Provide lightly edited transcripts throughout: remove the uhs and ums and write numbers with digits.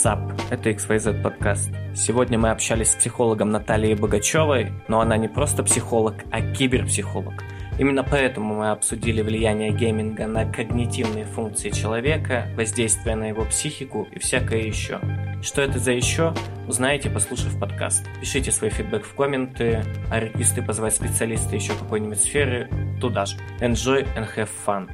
Sup, это XYZ подкаст. Сегодня мы общались с психологом Натальей Богачевой, но она не просто психолог, а киберпсихолог. Именно поэтому мы обсудили влияние гейминга на когнитивные функции человека, воздействие на его психику и всякое еще. Что это за еще, узнаете, послушав подкаст. Пишите свой фидбэк в комменты, а реквесты позвать специалиста еще какой-нибудь сферы туда же. Enjoy and have fun.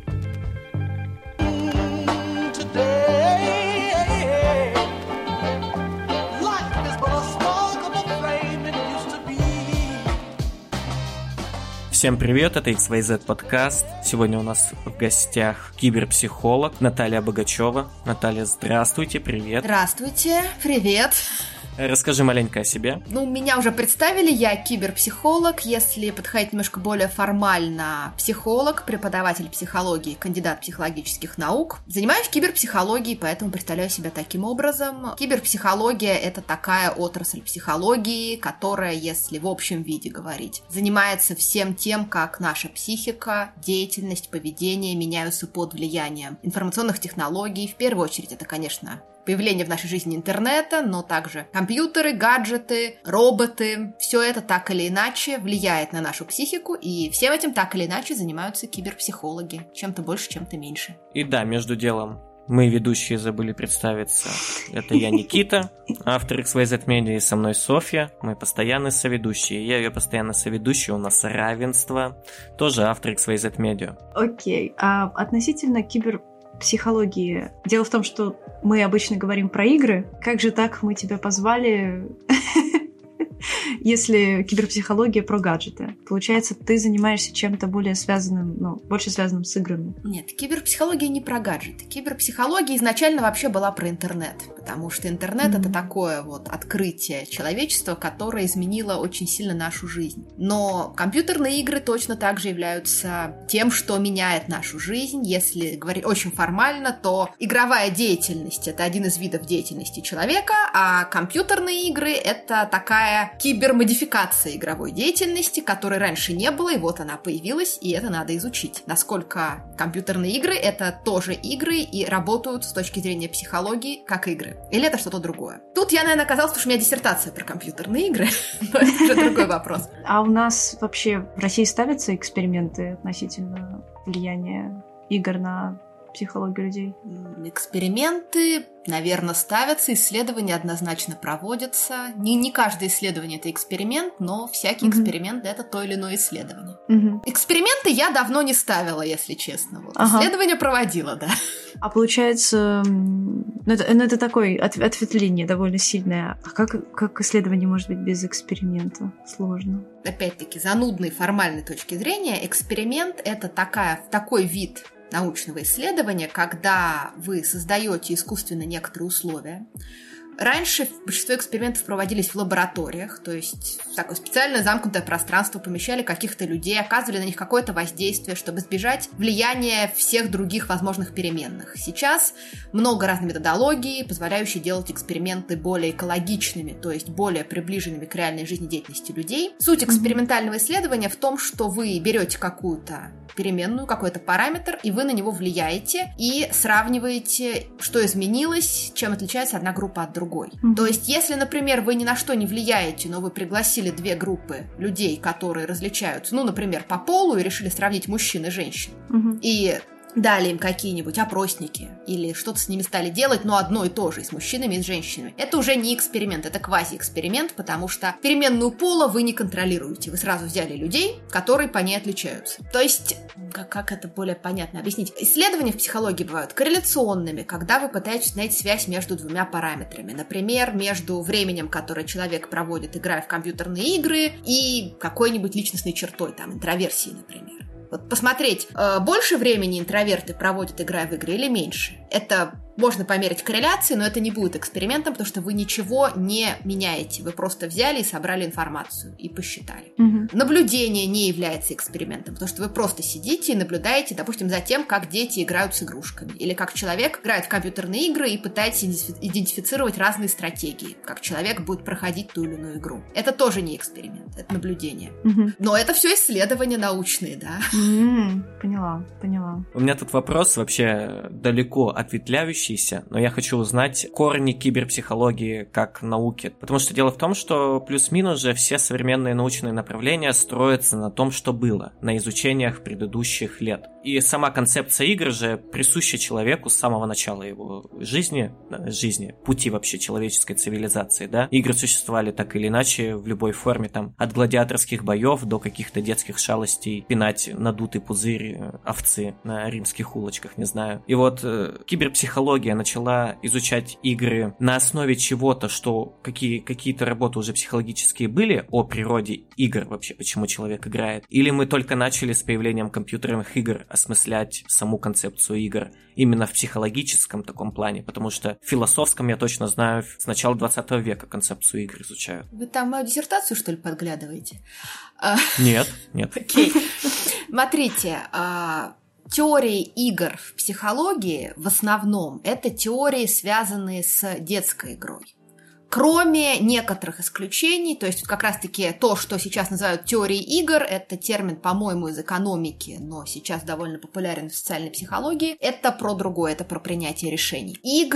Всем привет, это XYZ подкаст. Сегодня у нас в гостях киберпсихолог Наталья Богачева. Наталья, здравствуйте, привет. Здравствуйте, привет. Расскажи маленько о себе. Меня уже представили, я киберпсихолог, если подходить немножко более формально, психолог, преподаватель психологии, кандидат психологических наук. Занимаюсь киберпсихологией, поэтому представляю себя таким образом. Киберпсихология — это такая отрасль психологии, которая, если в общем виде говорить, занимается всем тем, как наша психика, деятельность, поведение меняются под влиянием информационных технологий. В первую очередь это, конечно, появление в нашей жизни интернета, но также компьютеры, гаджеты, роботы. Все это так или иначе влияет на нашу психику, и всем этим так или иначе занимаются киберпсихологи. Чем-то больше, чем-то меньше. И да, между делом, мы, ведущие, забыли представиться. Это я, Никита, автор XYZ Media, и со мной Софья, мы постоянные соведущие. Я ее постоянно соведущий, у нас равенство, тоже автор XYZ Media. Окей, а относительно киберпсихологии, дело в том, что мы обычно говорим про игры. Как же так мы тебя позвали, если киберпсихология про гаджеты? Получается, ты занимаешься чем-то более связанным, больше связанным с играми. Нет, киберпсихология не про гаджеты. Киберпсихология изначально вообще была про интернет, потому что интернет — это такое открытие человечества, которое изменило очень сильно нашу жизнь. Но компьютерные игры точно так же являются тем, что меняет нашу жизнь. Если говорить очень формально, то игровая деятельность — это один из видов деятельности человека, а компьютерные игры — это такая кибермодификация игровой деятельности, которой раньше не было, и вот она появилась, и это надо изучить. Насколько компьютерные игры — это тоже игры и работают с точки зрения психологии как игры. Или это что-то другое? Тут я, наверное, оказалась, потому что у меня диссертация про компьютерные игры, но это уже другой вопрос. А у нас вообще в России ставятся эксперименты относительно влияния игр на психологию людей? Эксперименты, наверное, ставятся, исследования однозначно проводятся. Не каждое исследование — это эксперимент, но всякий эксперимент — это то или иное исследование. Эксперименты я давно не ставила, если честно. Исследования проводила, да. А получается, это такое ответвление довольно сильное. А как исследование может быть без эксперимента? Сложно. Опять-таки, с занудной формальной точки зрения, эксперимент — это такой вид научного исследования, когда вы создаете искусственно некоторые условия. Раньше большинство экспериментов проводились в лабораториях, то есть в такое специальное замкнутое пространство помещали каких-то людей, оказывали на них какое-то воздействие, чтобы избежать влияния всех других возможных переменных. Сейчас много разных методологий, позволяющих делать эксперименты более экологичными, то есть более приближенными к реальной жизнедеятельности людей. Суть экспериментального исследования в том, что вы берете какую-то переменную, какой-то параметр, и вы на него влияете и сравниваете, что изменилось, чем отличается одна группа от другой. То есть, если, например, вы ни на что не влияете, но вы пригласили две группы людей, которые различаются, например, по полу, и решили сравнить мужчин и женщин, и дали им какие-нибудь опросники или что-то с ними стали делать, но одно и то же, и с мужчинами, и с женщинами. Это уже не эксперимент, это квази-эксперимент, потому что переменную пола вы не контролируете. Вы сразу взяли людей, которые по ней отличаются. То есть, как это более понятно объяснить? Исследования в психологии бывают корреляционными, когда вы пытаетесь найти связь между двумя параметрами. Например, между временем, которое человек проводит, играя в компьютерные игры, и какой-нибудь личностной чертой, интроверсией, например. Посмотреть, больше времени интроверты проводят, играя в игры, или меньше. Это можно померить корреляции, но это не будет экспериментом, потому что вы ничего не меняете. Вы просто взяли и собрали информацию и посчитали. Наблюдение не является экспериментом, потому что вы просто сидите и наблюдаете, допустим, за тем, как дети играют с игрушками. Или как человек играет в компьютерные игры и пытается идентифицировать разные стратегии, как человек будет проходить ту или иную игру. Это тоже не эксперимент, это наблюдение. Но это все исследования научные, да. Поняла. У меня тут вопрос вообще далеко ответвляющийся касающиеся, но я хочу узнать корни киберпсихологии как науки. Потому что дело в том, что плюс-минус же все современные научные направления строятся на том, что было, на изучениях предыдущих лет. И сама концепция игр же присуща человеку с самого начала его жизни, пути вообще человеческой цивилизации, да. Игры существовали так или иначе в любой форме, там, от гладиаторских боев до каких-то детских шалостей, пинать надутый пузырь овцы на римских улочках, не знаю. И вот киберпсихология начала изучать игры на основе чего-то, что какие-то работы уже психологические были о природе игр вообще, почему человек играет. Или мы только начали с появлением компьютерных игр осмыслять саму концепцию игр именно в психологическом таком плане, потому что в философском, я точно знаю, с начала 20 века концепцию игр изучают. Вы там мою диссертацию, что ли, подглядываете? Нет. Окей. Смотрите, теории игр в психологии в основном это теории, связанные с детской игрой. Кроме некоторых исключений, то есть как раз-таки то, что сейчас называют теорией игр, это термин, по-моему, из экономики, но сейчас довольно популярен в социальной психологии, это про другое, это про принятие решений.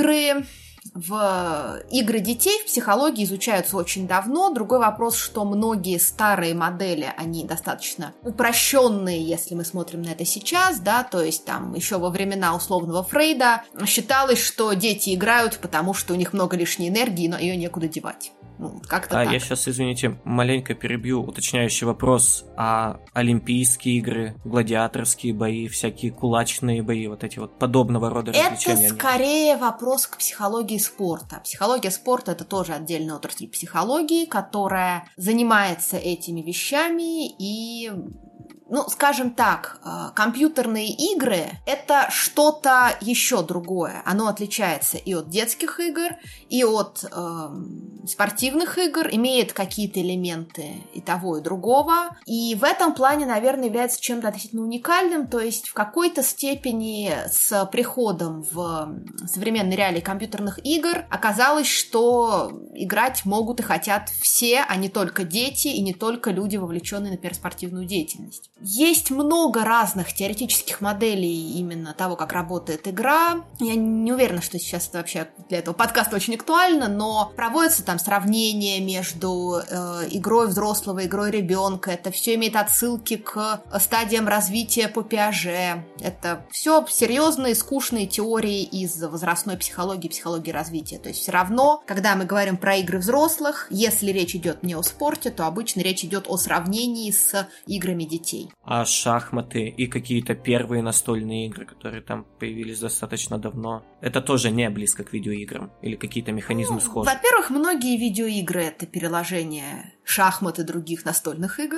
Игры детей в психологии изучаются очень давно. Другой вопрос, что многие старые модели, они достаточно упрощенные, если мы смотрим на это сейчас, да, то есть там еще во времена условного Фрейда считалось, что дети играют, потому что у них много лишней энергии, но ее некуда девать. Как-то так. Я сейчас, извините, маленько перебью уточняющий вопрос. А олимпийские игры, гладиаторские бои, всякие кулачные бои, вот эти вот подобного рода развлечения? Это скорее вопрос к психологии спорта. Психология спорта – это тоже отдельная отрасль психологии, которая занимается этими вещами и... скажем так, компьютерные игры – это что-то еще другое. Оно отличается и от детских игр, и от спортивных игр, имеет какие-то элементы и того, и другого. И в этом плане, наверное, является чем-то относительно уникальным, то есть в какой-то степени с приходом в современные реалии компьютерных игр оказалось, что играть могут и хотят все, а не только дети и не только люди, вовлеченные, например, в спортивную деятельность. Есть много разных теоретических моделей именно того, как работает игра. Я не уверена, что сейчас это вообще для этого подкаста очень актуально, но проводятся там сравнения между игрой взрослого и игрой ребенка. Это все имеет отсылки к стадиям развития по Пиаже. Это все серьезные, скучные теории из возрастной психологии, психологии развития. То есть все равно, когда мы говорим про игры взрослых, если речь идет не о спорте, то обычно речь идет о сравнении с играми детей. А шахматы и какие-то первые настольные игры, которые там появились достаточно давно, это тоже не близко к видеоиграм? Или какие-то механизмы схожи? Во-первых, многие видеоигры — это переложение шахмат и других настольных игр.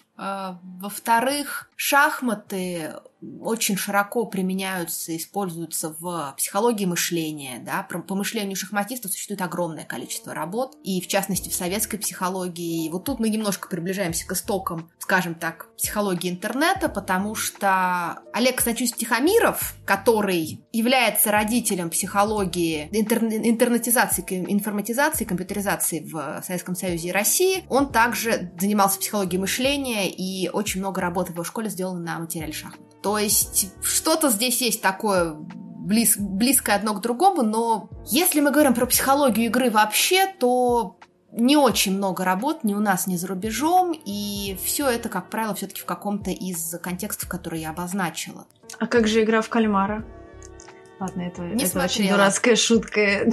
Во-вторых, шахматы очень широко применяются, используются в психологии мышления. Да? По мышлению шахматистов существует огромное количество работ, и в частности в советской психологии. И вот тут мы немножко приближаемся к истокам, скажем так, психологии интернета, потому что Олег Константинович Тихомиров, который является родителем психологии интернетизации, информатизации, компьютеризации в Советском Союзе и России, он также занимался психологией мышления, и очень много работы в его школе сделано на материале шахмат. То есть что-то здесь есть такое близкое одно к другому, но если мы говорим про психологию игры вообще, то не очень много работ ни у нас, ни за рубежом, и все это, как правило, все-таки в каком-то из контекстов, которые я обозначила. А как же игра в кальмара? Ладно, это очень дурацкая шутка.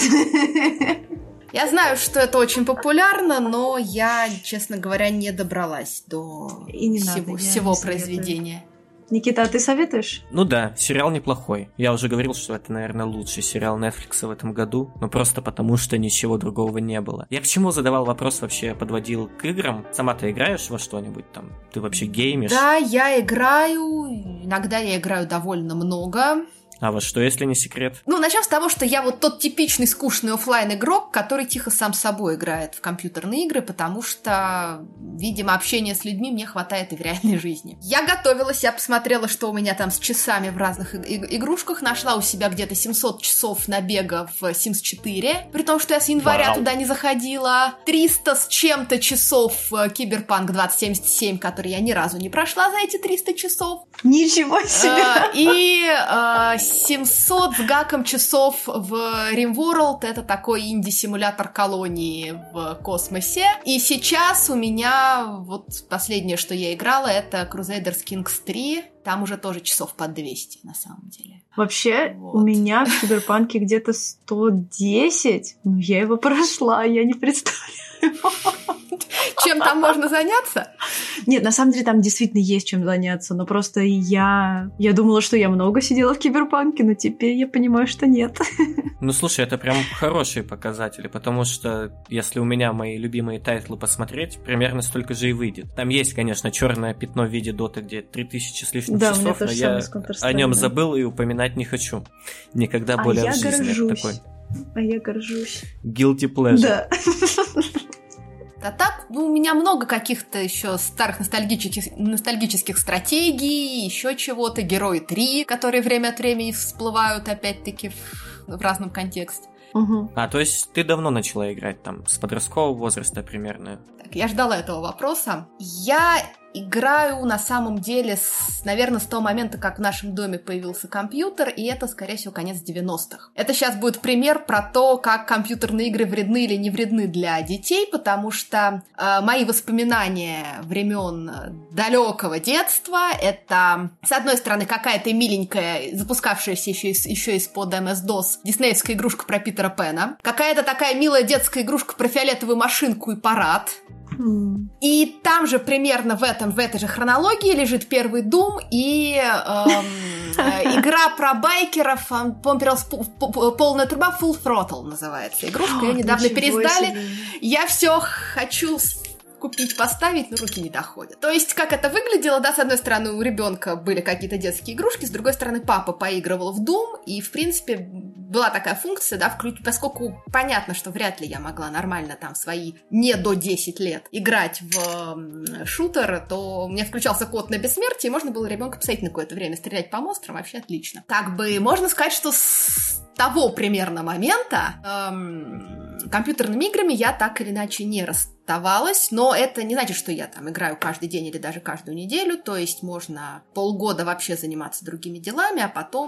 Я знаю, что это очень популярно, но я, честно говоря, не добралась до всего произведения. Никита, а ты советуешь? Ну да, сериал неплохой. Я уже говорил, что это, наверное, лучший сериал Netflix в этом году, но просто потому, что ничего другого не было. Я к чему задавал вопрос вообще, подводил к играм? Сама ты играешь во что-нибудь там? Ты вообще геймишь? Да, я играю. Иногда я играю довольно много. А вот что, если не секрет? Начнем с того, что я вот тот типичный скучный офлайн-игрок, который тихо сам с собой играет в компьютерные игры, потому что, видимо, общения с людьми мне хватает и в реальной жизни. Я готовилась, я посмотрела, что у меня там с часами в разных игрушках, нашла у себя где-то 700 часов набега в Sims 4, при том, что я с января туда не заходила, 300 с чем-то часов в Cyberpunk 2077, который я ни разу не прошла за эти 300 часов. Ничего себе! И 700 с гаком часов в RimWorld — это такой инди-симулятор колонии в космосе. И сейчас у меня вот последнее, что я играла, это Crusaders Kings 3. Там уже тоже часов под 200, на самом деле. Вообще, вот. У меня в Киберпанке где-то 110, но я его прошла, я не представляю. Чем там можно заняться? Нет, на самом деле там действительно есть чем заняться, но просто я думала, что я много сидела в Киберпанке, но теперь я понимаю, что нет. Ну, слушай, это прям хорошие показатели, потому что если у меня мои любимые тайтлы посмотреть, примерно столько же и выйдет. Там есть, конечно, черное пятно в виде доты, где 3000 с лишним часов, но я о нем забыл и упоминать не хочу. Никогда более в жизни. Такой. А я горжусь. Guilty pleasure. Да. А так, у меня много каких-то еще старых ностальгических стратегий, еще чего-то. Герои 3, которые время от времени всплывают опять-таки в разном контексте. Угу. То есть ты давно начала играть там, с подросткового возраста примерно? Так, я ждала этого вопроса. Я играю на самом деле, наверное, с того момента, как в нашем доме появился компьютер, и это, скорее всего, конец 90-х. Это сейчас будет пример про то, как компьютерные игры вредны или не вредны для детей, потому что мои воспоминания времен далекого детства — это, с одной стороны, какая-то миленькая, запускавшаяся еще из-под MS-DOS диснеевская игрушка про Питера Пэна, какая-то такая милая детская игрушка про фиолетовую машинку и парад. И там же примерно в этой же хронологии лежит первый Doom и игра про байкеров, полная труба, Full Throttle называется. Игрушка, ее недавно переиздали. Я все хочу купить, поставить, но руки не доходят. То есть, как это выглядело, да, с одной стороны, у ребенка были какие-то детские игрушки, с другой стороны, папа поигрывал в Doom, и, в принципе, была такая функция, да, поскольку понятно, что вряд ли я могла нормально там свои не до 10 лет играть в шутер, то у меня включался код на бессмертие, и можно было ребенка посадить на какое-то время, стрелять по монстрам, вообще отлично. Так бы, можно сказать, что с того примерно момента компьютерными играми я так или иначе не расставалась, но это не значит, что я там играю каждый день или даже каждую неделю, то есть можно полгода вообще заниматься другими делами, а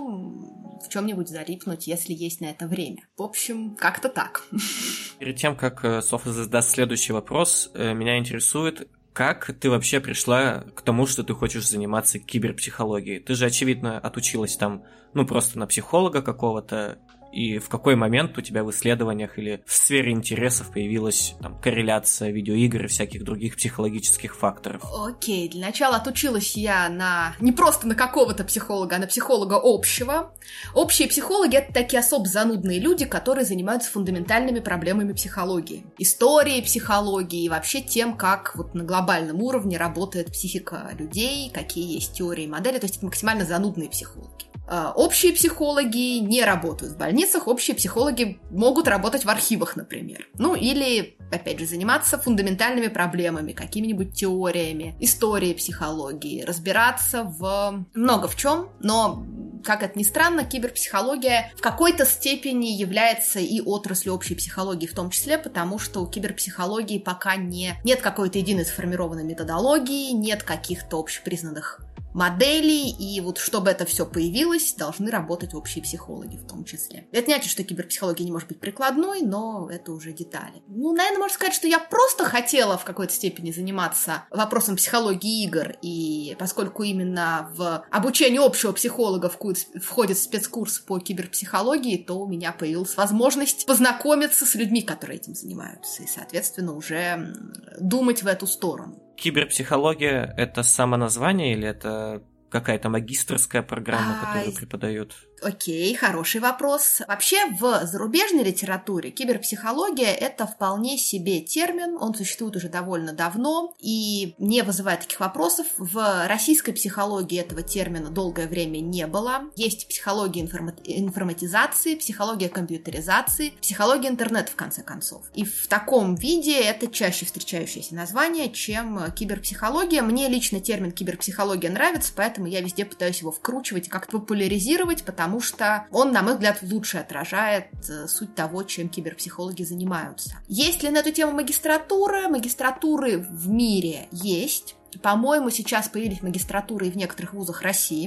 потом в чем-нибудь залипнуть, если есть на это время. В общем, как-то так. Перед тем, как Софа задаст следующий вопрос, меня интересует, как ты вообще пришла к тому, что ты хочешь заниматься киберпсихологией? Ты же, очевидно, отучилась там, просто на психолога какого-то, и в какой момент у тебя в исследованиях или в сфере интересов появилась там корреляция видеоигр и всяких других психологических факторов? Окей, для начала отучилась я не просто на какого-то психолога, а на психолога общего. Общие психологи — это такие особо занудные люди, которые занимаются фундаментальными проблемами психологии. Историей психологии и вообще тем, как вот на глобальном уровне работает психика людей, какие есть теории и модели, то есть это максимально занудные психологи. Общие психологи не работают в больницах, общие психологи могут работать в архивах, например. Или, опять же, заниматься фундаментальными проблемами, какими-нибудь теориями, историей психологии, разбираться много в чем, но, как это ни странно, киберпсихология в какой-то степени является и отраслью общей психологии в том числе, потому что у киберпсихологии пока нет какой-то единой сформированной методологии, нет каких-то общепризнанных моделей, и вот чтобы это все появилось, должны работать общие психологи в том числе. Это не значит, что киберпсихология не может быть прикладной, но это уже детали. Наверное, можно сказать, что я просто хотела в какой-то степени заниматься вопросом психологии игр, и поскольку именно в обучение общего психолога входит спецкурс по киберпсихологии, то у меня появилась возможность познакомиться с людьми, которые этим занимаются, и, соответственно, уже думать в эту сторону. Киберпсихология — это само название или это какая-то магистерская программа, которую преподают? Окей, хороший вопрос. Вообще, в зарубежной литературе киберпсихология — это вполне себе термин, он существует уже довольно давно и не вызывает таких вопросов. В российской психологии этого термина долгое время не было. Есть психология информатизации, психология компьютеризации, психология интернета, в конце концов. И в таком виде это чаще встречающееся название, чем киберпсихология. Мне лично термин киберпсихология нравится, поэтому я везде пытаюсь его вкручивать и как-то популяризировать, потому что он, на мой взгляд, лучше отражает суть того, чем киберпсихологи занимаются. Есть ли на эту тему магистратура? Магистратуры в мире есть. По-моему, сейчас появились магистратуры и в некоторых вузах России.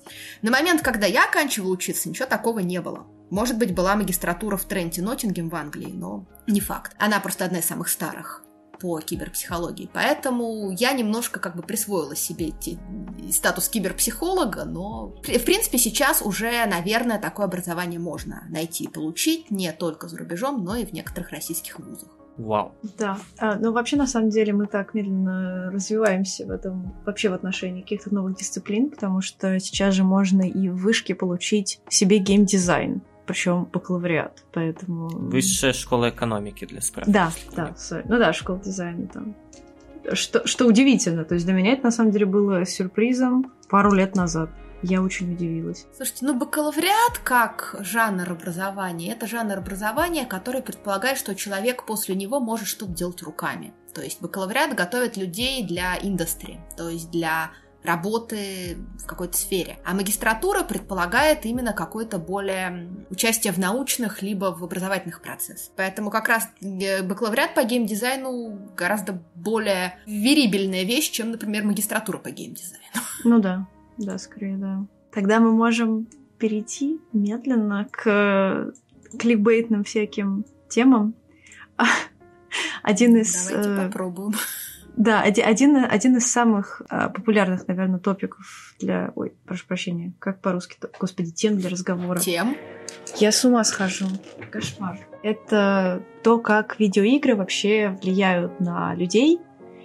На момент, когда я оканчивала учиться, ничего такого не было. Может быть, была магистратура в Тренте, Ноттингем в Англии, но не факт. Она просто одна из самых старых по киберпсихологии. Поэтому я немножко как бы присвоила себе статус киберпсихолога, но в принципе сейчас уже, наверное, такое образование можно найти и получить не только за рубежом, но и в некоторых российских вузах. Вау. Да. Ну, вообще, на самом деле, мы так медленно развиваемся в этом, вообще в отношении каких-то новых дисциплин, потому что сейчас же можно и в вышке получить себе геймдизайн, причем бакалавриат, поэтому... Высшая школа экономики для справки. Да, ну да, школа дизайна там. Что удивительно, то есть для меня это на самом деле было сюрпризом пару лет назад. Я очень удивилась. Слушайте, бакалавриат как жанр образования, это жанр образования, который предполагает, что человек после него может что-то делать руками. То есть бакалавриат готовит людей для индустрии, то есть для работы в какой-то сфере. А магистратура предполагает именно какое-то более участие в научных либо в образовательных процессах. Поэтому как раз бакалавриат по геймдизайну гораздо более верибельная вещь, чем, например, магистратура по геймдизайну. Ну да. Да, скорее, да. Тогда мы можем перейти медленно к кликбейтным всяким темам. Давайте попробуем. Да, один из самых популярных, наверное, топиков для... Ой, прошу прощения, как по-русски? Господи, тем для разговора. Тем? Я с ума схожу. Кошмар. Это то, как видеоигры вообще влияют на людей.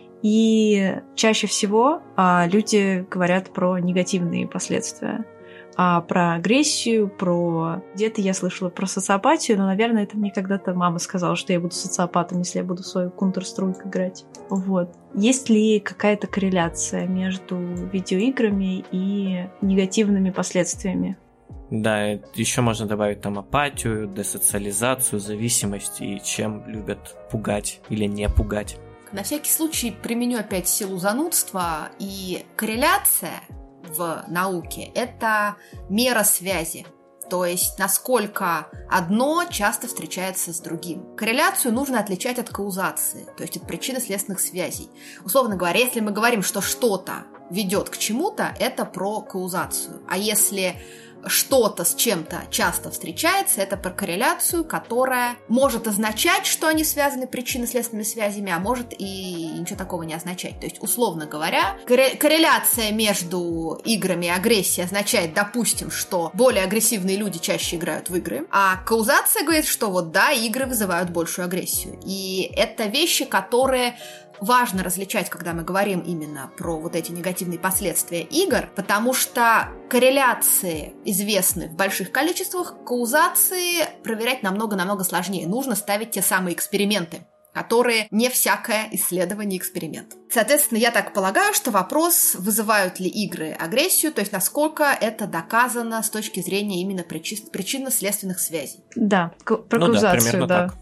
И чаще всего люди говорят про негативные последствия. Про агрессию, про... Где-то я слышала про социопатию, но, наверное, это мне когда-то мама сказала, что я буду социопатом, если я буду свою Counter-Strike играть. Вот. Есть ли какая-то корреляция между видеоиграми и негативными последствиями? Да, еще можно добавить там апатию, десоциализацию, зависимость и чем любят пугать или не пугать. На всякий случай применю опять силу занудства, и корреляция в науке – это мера связи, то есть насколько одно часто встречается с другим. Корреляцию нужно отличать от каузации, то есть от причинно-следственных связей. Условно говоря, если мы говорим, что что-то ведет к чему-то, это про каузацию, а если что-то с чем-то часто встречается, это про корреляцию, которая может означать, что они связаны причинно-следственными связями, а может и ничего такого не означать. То есть, условно говоря, корреляция между играми и агрессией означает, допустим, что более агрессивные люди чаще играют в игры, а каузация говорит, что вот да, игры вызывают большую агрессию. И это вещи, которые важно различать, когда мы говорим именно про вот эти негативные последствия игр, потому что корреляции известны в больших количествах, каузации проверять намного-намного сложнее. Нужно ставить те самые эксперименты, которые не всякое исследование эксперимент. Соответственно, я так полагаю, что вопрос, вызывают ли игры агрессию, то есть насколько это доказано с точки зрения именно причинно-следственных связей. Да, про каузацию, да.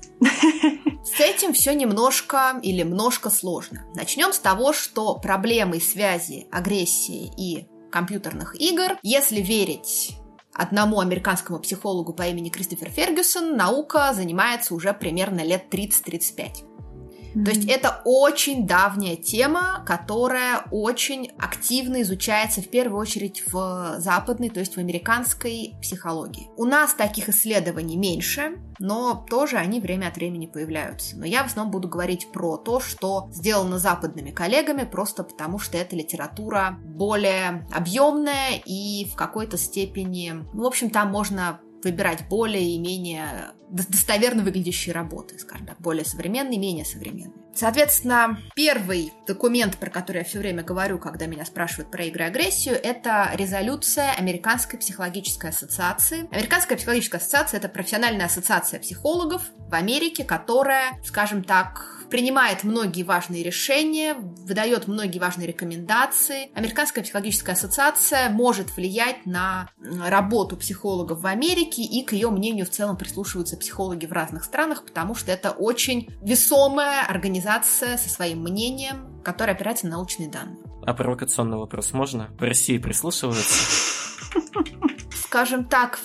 С этим все немножко сложно. Начнем с того, что проблемой связи агрессии и компьютерных игр, если верить одному американскому психологу по имени Кристофер Фергюсон, наука занимается уже примерно лет 30-35. То есть это очень давняя тема, которая очень активно изучается в первую очередь в западной, то есть в американской психологии. У нас таких исследований меньше, но тоже они время от времени появляются. Но я в основном буду говорить про то, что сделано западными коллегами, просто потому что эта литература более объемная и в какой-то степени... В общем, там можно выбирать более и менее достоверно выглядящие работы, скажем так, более современные, менее современные. Соответственно, первый документ, про который я все время говорю, когда меня спрашивают про игры и агрессию, это резолюция Американской психологической ассоциации. Американская психологическая ассоциация – это профессиональная ассоциация психологов в Америке, которая, скажем так, принимает многие важные решения, выдает многие важные рекомендации. Американская психологическая ассоциация может влиять на работу психологов в Америке, и к ее мнению в целом прислушиваются психологи в разных странах, потому что это очень весомая организация со своим мнением, которая опирается на научные данные. А провокационный вопрос можно? В России прислушиваются? скажем так,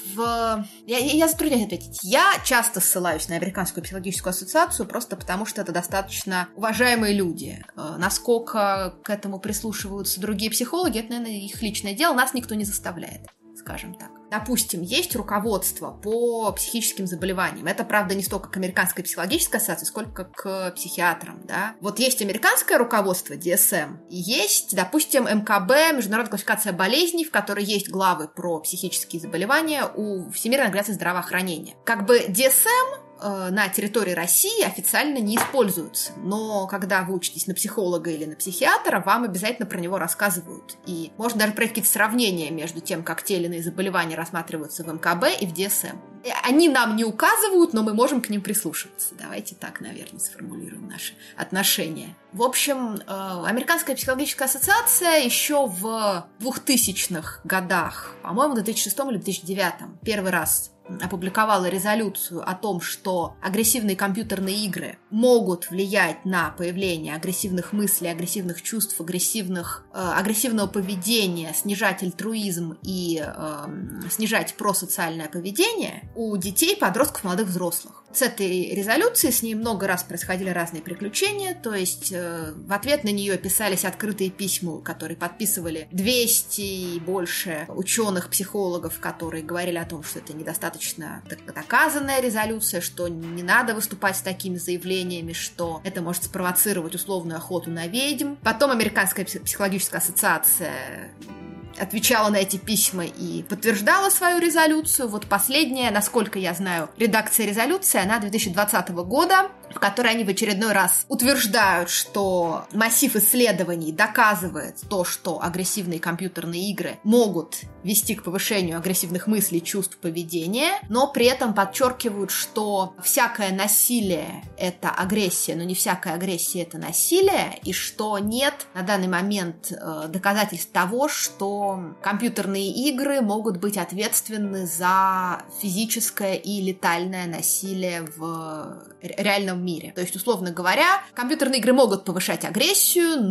я затрудняюсь ответить. Я часто ссылаюсь на Американскую психологическую ассоциацию просто потому, что это достаточно уважаемые люди. Насколько к этому прислушиваются другие психологи, это, наверное, их личное дело, нас никто не заставляет, скажем так. Допустим, есть руководство по психическим заболеваниям. Это, правда, не столько к Американской психологической ассоциации, сколько к психиатрам, да. Вот есть американское руководство, DSM, и есть, допустим, МКБ, Международная классификация болезней, в которой есть главы про психические заболевания у Всемирной организации здравоохранения. Как бы DSM на территории России официально не используются. Но когда вы учитесь на психолога или на психиатра, вам обязательно про него рассказывают. И можно даже провести какие-то сравнения между тем, как те или иные заболевания рассматриваются в МКБ и в DSM. Они нам не указывают, но мы можем к ним прислушиваться. Давайте так, наверное, сформулируем наши отношения. В общем, Американская психологическая ассоциация еще в 2000-х годах, по-моему, в 2006 или 2009, первый раз опубликовала резолюцию о том, что агрессивные компьютерные игры могут влиять на появление агрессивных мыслей, агрессивных чувств, агрессивного поведения, снижать альтруизм и снижать просоциальное поведение у детей, подростков, молодых взрослых. С этой резолюцией с ней много раз происходили разные приключения, то есть в ответ на нее писались открытые письма, которые подписывали 200 и больше ученых, психологов, которые говорили о том, что это недостаточно доказанная резолюция, что не надо выступать с такими заявлениями, что это может спровоцировать условную охоту на ведьм. Потом Американская психологическая ассоциация отвечала на эти письма и подтверждала свою резолюцию. Вот последняя, насколько я знаю, редакция резолюции, она 2020 года, в которой они в очередной раз утверждают, что массив исследований доказывает то, что агрессивные компьютерные игры могут вести к повышению агрессивных мыслей, чувств, поведения, но при этом подчеркивают, что всякое насилие — это агрессия, но не всякая агрессия — это насилие, и что нет на данный момент доказательств того, что компьютерные игры могут быть ответственны за физическое и летальное насилие в реальном мире. То есть, условно говоря, компьютерные игры могут повышать агрессию,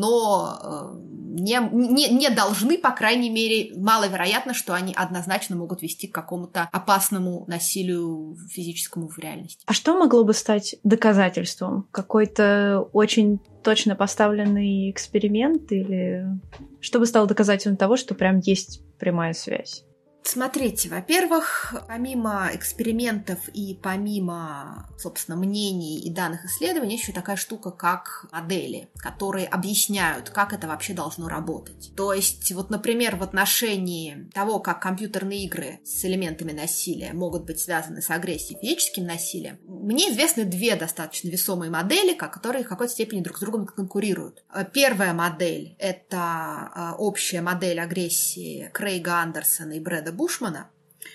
но не должны, по крайней мере, маловероятно, что они однозначно могут вести к какому-то опасному насилию физическому в реальности. А что могло бы стать доказательством? Какой-то очень точно поставленный эксперимент или что бы стало доказательством того, что прям есть прямая связь? Смотрите, во-первых, помимо экспериментов и помимо, собственно, мнений и данных исследований, есть еще такая штука, как модели, которые объясняют, как это вообще должно работать. То есть, вот, например, в отношении того, как компьютерные игры с элементами насилия могут быть связаны с агрессией и физическим насилием, мне известны две достаточно весомые модели, которые в какой-то степени друг с другом конкурируют. Первая модель — это общая модель агрессии Крейга Андерсона и Брэда Бушмана.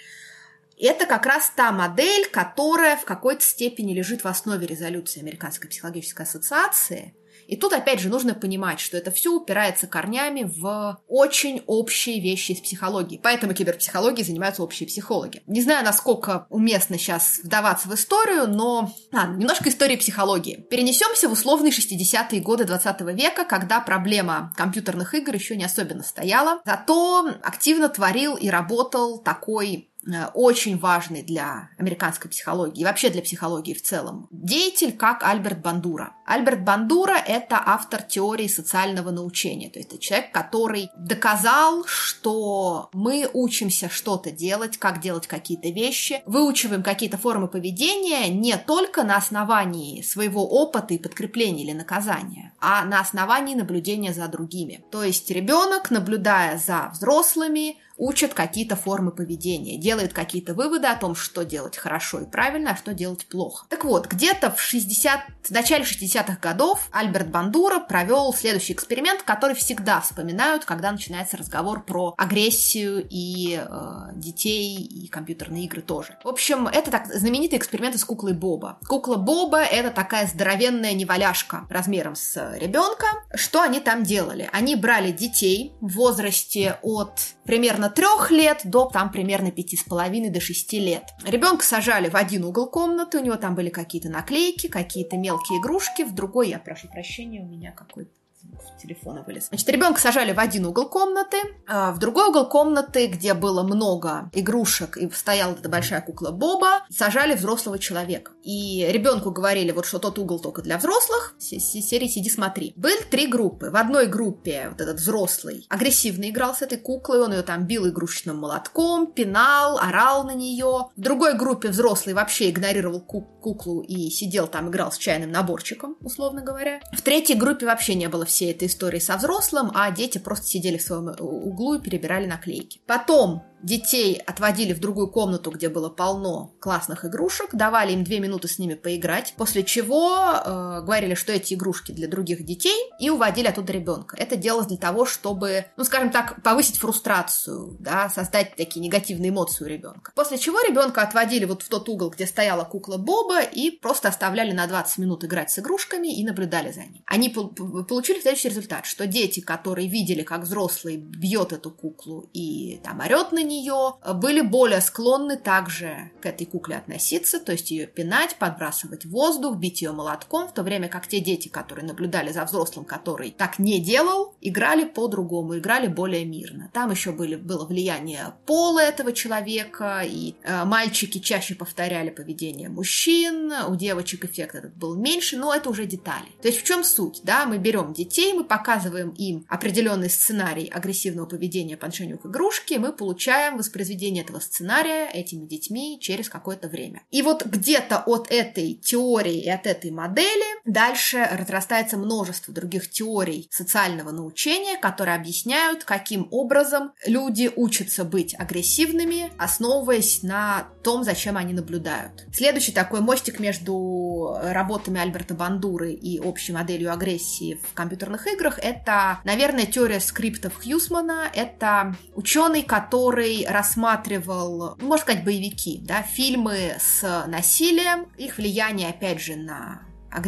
Это как раз та модель, которая в какой-то степени лежит в основе резолюции Американской психологической ассоциации. И тут, опять же, нужно понимать, что это все упирается корнями в очень общие вещи из психологии. Поэтому киберпсихологией занимаются общие психологи. Не знаю, насколько уместно сейчас вдаваться в историю, но немножко истории психологии. Перенесемся в условные 60-е годы 20 века, когда проблема компьютерных игр еще не особенно стояла. Зато активно творил и работал такой очень важный для американской психологии и вообще для психологии в целом деятель, как Альберт Бандура. Альберт Бандура — это автор теории социального научения, то есть это человек, который доказал, что мы учимся что-то делать, как делать какие-то вещи, выучиваем какие-то формы поведения не только на основании своего опыта и подкрепления или наказания, а на основании наблюдения за другими. То есть ребенок, наблюдая за взрослыми, учат какие-то формы поведения, делают какие-то выводы о том, что делать хорошо и правильно, а что делать плохо. Так вот, где-то в начале 60-х годов Альберт Бандура провел следующий эксперимент, который всегда вспоминают, когда начинается разговор про агрессию и детей, и компьютерные игры тоже. В общем, это так знаменитый эксперимент с куклой Боба. Кукла Боба — это такая здоровенная неваляшка размером с ребенка. Что они там делали? Они брали детей в возрасте от примерно 3 лет до примерно 5,5 до 6 лет. Ребенка сажали в один угол комнаты, у него там были какие-то наклейки, какие-то мелкие игрушки, в другой, я прошу прощения, у меня какой-то телефона вылез. Значит, ребенка сажали в один угол комнаты, в другой угол комнаты, где было много игрушек и стояла эта большая кукла Боба, сажали взрослого человека. И ребенку говорили, вот что тот угол только для взрослых, серии «Сиди, смотри». Были 3 группы. В одной группе вот этот взрослый агрессивно играл с этой куклой, он ее там бил игрушечным молотком, пинал, орал на нее. В другой группе взрослый вообще игнорировал куклу и сидел там, играл с чайным наборчиком, условно говоря. В третьей группе вообще не было всей этой истории со взрослым, а дети просто сидели в своем углу и перебирали наклейки. Потом детей отводили в другую комнату, где было полно классных игрушек, давали им 2 минуты с ними поиграть, после чего говорили, что эти игрушки для других детей, и уводили оттуда ребенка. Это делалось для того, чтобы, ну, скажем так, повысить фрустрацию, да, создать такие негативные эмоции у ребенка. После чего ребенка отводили вот в тот угол, где стояла кукла Боба, и просто оставляли на 20 минут играть с игрушками и наблюдали за ним. Они получили следующий результат, что дети, которые видели, как взрослый бьет эту куклу и там орет на нее, были более склонны также к этой кукле относиться, то есть ее пинать, подбрасывать в воздух, бить ее молотком, в то время как те дети, которые наблюдали за взрослым, который так не делал, играли по-другому, играли более мирно. Там еще было влияние пола этого человека, и мальчики чаще повторяли поведение мужчин, у девочек эффект этот был меньше, но это уже детали. То есть в чем суть? Да? Мы берем детей, мы показываем им определенный сценарий агрессивного поведения по отношению к игрушке, мы получаем воспроизведение этого сценария этими детьми через какое-то время. И вот где-то от этой теории и от этой модели дальше разрастается множество других теорий социального научения, которые объясняют, каким образом люди учатся быть агрессивными, основываясь на том, зачем они наблюдают. Следующий такой мостик между работами Альберта Бандуры и общей моделью агрессии в компьютерных играх — это, наверное, теория скриптов Хьюсмана. Это ученый, который рассматривал, можно сказать, боевики, да, фильмы с насилием, их влияние, опять же, на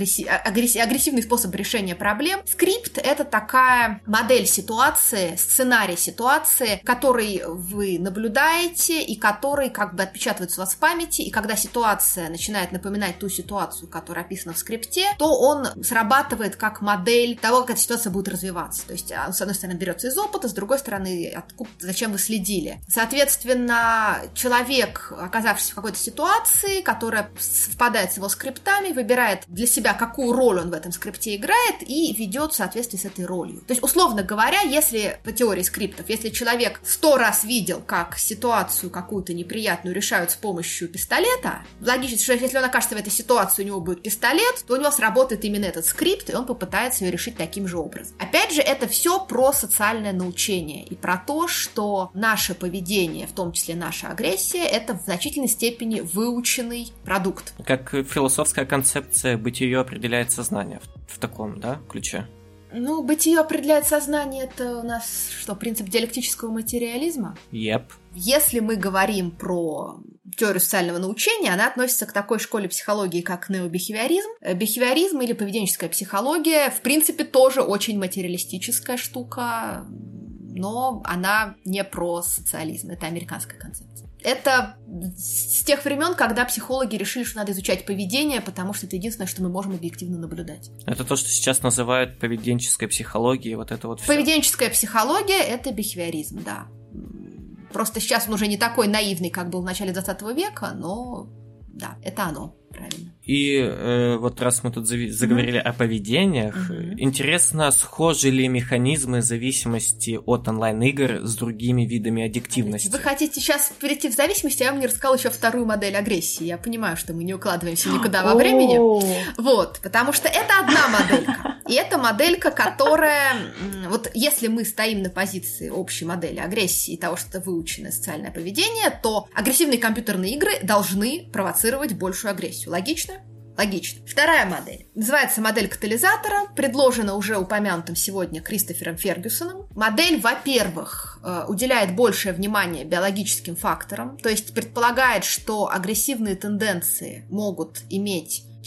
агрессивный способ решения проблем. Скрипт — это такая модель ситуации, сценарий ситуации, который вы наблюдаете и который как бы отпечатывается у вас в памяти, и когда ситуация начинает напоминать ту ситуацию, которая описана в скрипте, то он срабатывает как модель того, как эта ситуация будет развиваться. То есть, с одной стороны, берется из опыта, с другой стороны, зачем вы следили. Соответственно, человек, оказавшись в какой-то ситуации, которая совпадает с его скриптами, выбирает для себя, какую роль он в этом скрипте играет, и ведет в соответствии с этой ролью. То есть, условно говоря, если по теории скриптов, если человек 100 раз видел, как ситуацию какую-то неприятную решают с помощью пистолета, логично, что если он окажется в этой ситуации, у него будет пистолет, то у него сработает именно этот скрипт, и он попытается ее решить таким же образом. Опять же, это все про социальное научение и про то, что наше поведение, в том числе наша агрессия, это в значительной степени выученный продукт. Как философская концепция бытия определяет сознание в таком, да, ключе? Ну, бытие определяет сознание, это у нас что, принцип диалектического материализма? Yep. Если мы говорим про теорию социального научения, она относится к такой школе психологии, как необихевиоризм. Бихевиоризм или поведенческая психология, в принципе, тоже очень материалистическая штука, но она не про социализм, это американская концепция. Это с тех времен, когда психологи решили, что надо изучать поведение, потому что это единственное, что мы можем объективно наблюдать. Это то, что сейчас называют поведенческой психологией, вот это вот всё. Поведенческая психология — это бихевиоризм, да. Просто сейчас он уже не такой наивный, как был в начале 20 века, но да, это оно, правильно. И вот раз мы тут заговорили о поведениях, интересно, схожи ли механизмы зависимости от онлайн-игр с другими видами аддиктивности? Вы хотите сейчас перейти в зависимость, а я вам не рассказала еще вторую модель агрессии. Я понимаю, что мы не укладываемся никуда во времени. Вот, потому что это одна моделька. И это моделька, которая... Вот если мы стоим на позиции общей модели агрессии и того, что это выученное социальное поведение, то агрессивные компьютерные игры должны провоцировать большую агрессию. Логично? Логично. Вторая модель. Называется модель катализатора, предложена уже упомянутым сегодня Кристофером Фергюсоном. Модель, во-первых, уделяет большее внимание биологическим факторам, то есть предполагает, что агрессивные тенденции могут иметь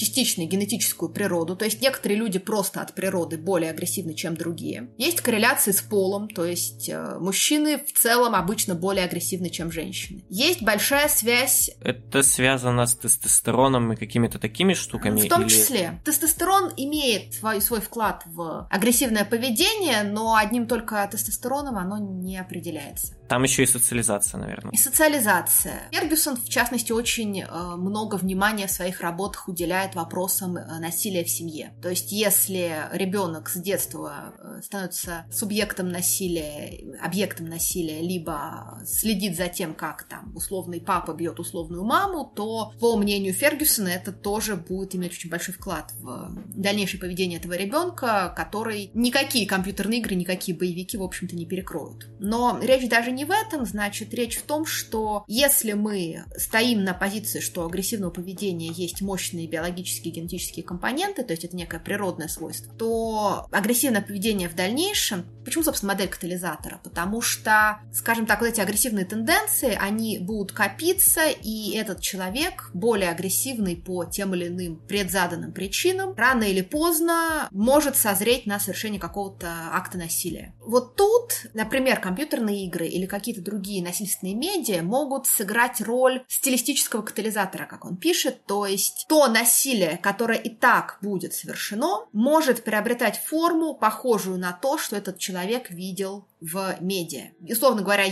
частично генетическую природу, то есть некоторые люди просто от природы более агрессивны, чем другие. Есть корреляции с полом, то есть мужчины в целом обычно более агрессивны, чем женщины. Есть большая связь... Это связано с тестостероном и какими-то такими штуками? В том числе. Тестостерон имеет свой вклад в агрессивное поведение, но одним только тестостероном оно не определяется. Там еще и социализация, наверное. И социализация. Фергюсон, в частности, очень много внимания в своих работах уделяет вопросам насилия в семье. То есть, если ребенок с детства становится субъектом насилия, объектом насилия, либо следит за тем, как там условный папа бьет условную маму, то, по мнению Фергюсона, это тоже будет иметь очень большой вклад в дальнейшее поведение этого ребенка, который никакие компьютерные игры, никакие боевики, в общем-то, не перекроют. Но речь даже не в этом, значит, речь в том, что если мы стоим на позиции, что у агрессивного поведения есть мощные биологические и генетические компоненты, то есть это некое природное свойство, то агрессивное поведение в дальнейшем... Почему, собственно, модель катализатора? Потому что, скажем так, вот эти агрессивные тенденции, они будут копиться, и этот человек, более агрессивный по тем или иным предзаданным причинам, рано или поздно может созреть на совершение какого-то акта насилия. Вот тут, например, компьютерные игры или какие-то другие насильственные медиа могут сыграть роль стилистического катализатора, как он пишет, то есть то насилие, которое и так будет совершено, может приобретать форму, похожую на то, что этот человек видел в медиа. И, условно говоря,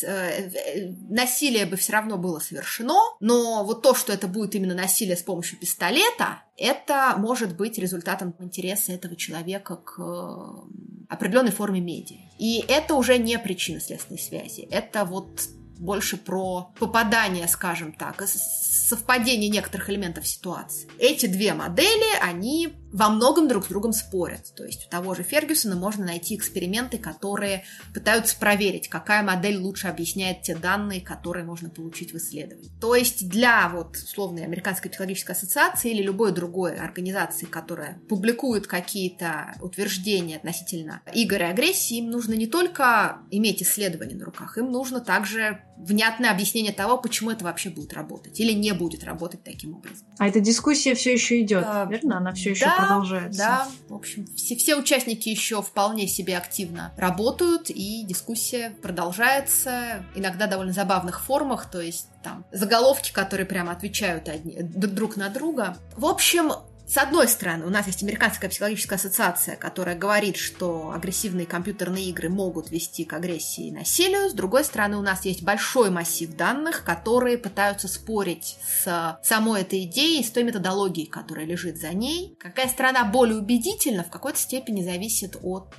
насилие бы все равно было совершено, но вот то, что это будет именно насилие с помощью пистолета, это может быть результатом интереса этого человека к определенной форме медиа. И это уже не причина следственной связи. Это вот больше про попадание, скажем так, совпадение некоторых элементов ситуации. Эти две модели, они во многом друг с другом спорят. То есть у того же Фергюсона можно найти эксперименты, которые пытаются проверить, какая модель лучше объясняет те данные, которые можно получить в исследовании. То есть для вот условной Американской психологической ассоциации или любой другой организации, которая публикует какие-то утверждения относительно игр и агрессии, им нужно не только иметь исследования на руках, им нужно также внятное объяснение того, почему это вообще будет работать или не будет работать таким образом. А эта дискуссия все еще идет, верно? Она все еще продолжается. Да, в общем, все участники еще вполне себе активно работают, и дискуссия продолжается, иногда в довольно забавных формах, то есть там заголовки, которые прямо отвечают друг на друга. В общем, с одной стороны, у нас есть Американская психологическая ассоциация, которая говорит, что агрессивные компьютерные игры могут вести к агрессии и насилию. С другой стороны, у нас есть большой массив данных, которые пытаются спорить с самой этой идеей, с той методологией, которая лежит за ней. Какая сторона более убедительна, в какой-то степени зависит от...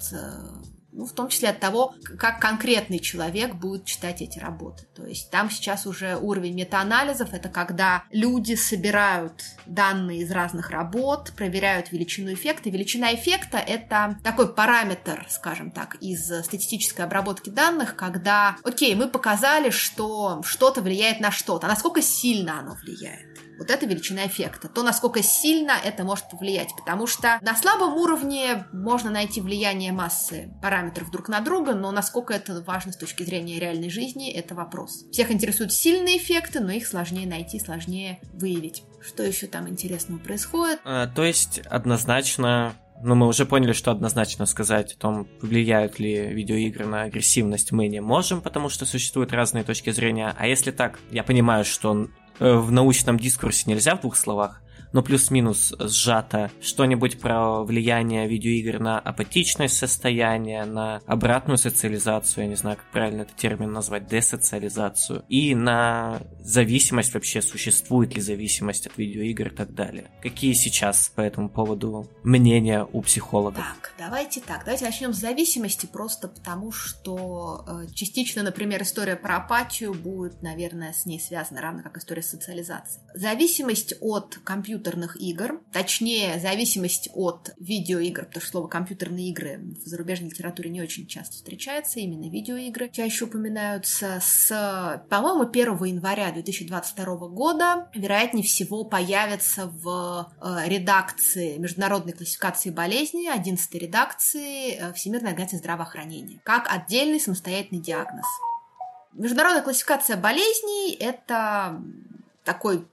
в том числе от того, как конкретный человек будет читать эти работы. То есть там сейчас уже уровень метаанализов, это когда люди собирают данные из разных работ, проверяют величину эффекта. Величина эффекта — это такой параметр, скажем так, из статистической обработки данных, когда, окей, мы показали, что что-то влияет на что-то, а насколько сильно оно влияет. Вот это величина эффекта. То, насколько сильно это может повлиять. Потому что на слабом уровне можно найти влияние массы параметров друг на друга, но насколько это важно с точки зрения реальной жизни, это вопрос. Всех интересуют сильные эффекты, но их сложнее найти, сложнее выявить. Что еще там интересного происходит? То есть однозначно... мы уже поняли, что однозначно сказать о том, влияют ли видеоигры на агрессивность, мы не можем, потому что существуют разные точки зрения. А если так, я понимаю, что в научном дискурсе нельзя в двух словах, но плюс-минус сжато что-нибудь про влияние видеоигр на апатичность состояния, на обратную социализацию, я не знаю, как правильно этот термин назвать, десоциализацию, и на зависимость вообще, существует ли зависимость от видеоигр и так далее. Какие сейчас по этому поводу мнения у психологов? Давайте начнем с зависимости, просто потому что частично, например, история про апатию будет, наверное, с ней связана, равно как история социализации. Зависимость от компьютерных игр, точнее, зависимость от видеоигр, потому что слово компьютерные игры в зарубежной литературе не очень часто встречается, именно видеоигры чаще упоминаются. По-моему, 1 января 2022 года, вероятнее всего, появится в редакции Международной классификации болезней, 11-й редакции Всемирной организации здравоохранения, как отдельный самостоятельный диагноз. Международная классификация болезней — это такой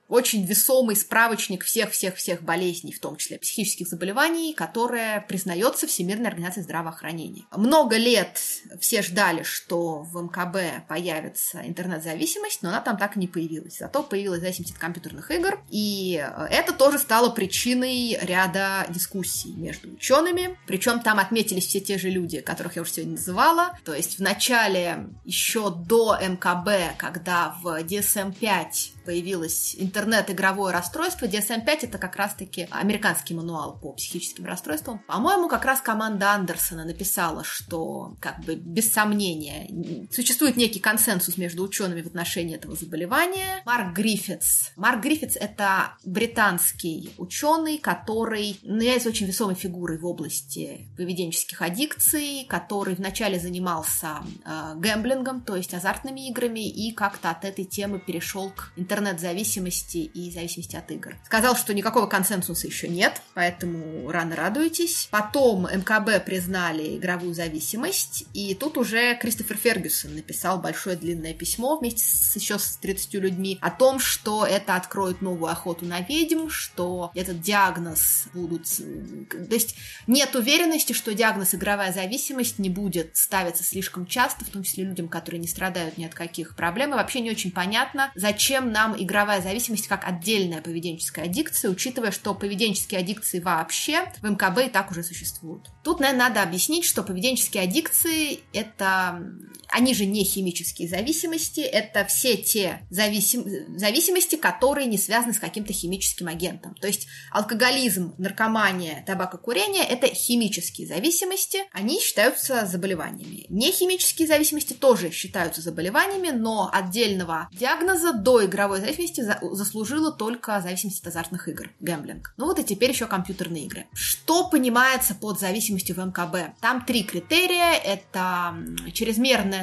очень весомый справочник всех болезней, в том числе психических заболеваний, которое признается Всемирной организацией здравоохранения. Много лет все ждали, что в МКБ появится интернет-зависимость, но она там так и не появилась. Зато появилась зависимость от компьютерных игр, и это тоже стало причиной ряда дискуссий между учеными. Причем там отметились все те же люди, которых я уже сегодня называла. То есть в начале, еще до МКБ, когда в DSM-5 появилось интернет-игровое расстройство. DSM-5 — это как раз-таки американский мануал по психическим расстройствам. По-моему, как раз команда Андерсона написала, что, как бы, без сомнения, существует некий консенсус между учеными в отношении этого заболевания. Марк Гриффитс. Марк Гриффитс — это британский ученый, который является очень весомой фигурой в области поведенческих аддикций, который вначале занимался гэмблингом, то есть азартными играми, и как-то от этой темы перешел к интернет-зависимости и зависимости от игр. Сказал, что никакого консенсуса еще нет, поэтому рано радуйтесь. Потом МКБ признали игровую зависимость, и тут уже Кристофер Фергюсон написал большое длинное письмо вместе еще с 30 людьми о том, что это откроет новую охоту на ведьм, что этот диагноз будут... То есть нет уверенности, что диагноз игровая зависимость не будет ставиться слишком часто, в том числе людям, которые не страдают ни от каких проблем. И вообще не очень понятно, зачем нам игровая зависимость как отдельная поведенческая аддикция, учитывая, что поведенческие аддикции вообще в МКБ и так уже существуют. Тут, наверное, надо объяснить, что поведенческие аддикции — это... Они же не химические зависимости, это все те зависимости, которые не связаны с каким-то химическим агентом. То есть алкоголизм, наркомания, табакокурение — это химические зависимости, они считаются заболеваниями. Нехимические зависимости тоже считаются заболеваниями, но отдельного диагноза до игровой зависимости заслужила только зависимость от азартных игр, гэмблинг. Ну вот и теперь еще компьютерные игры. Что понимается под зависимостью в МКБ? Там 3 критерия. Это чрезмерное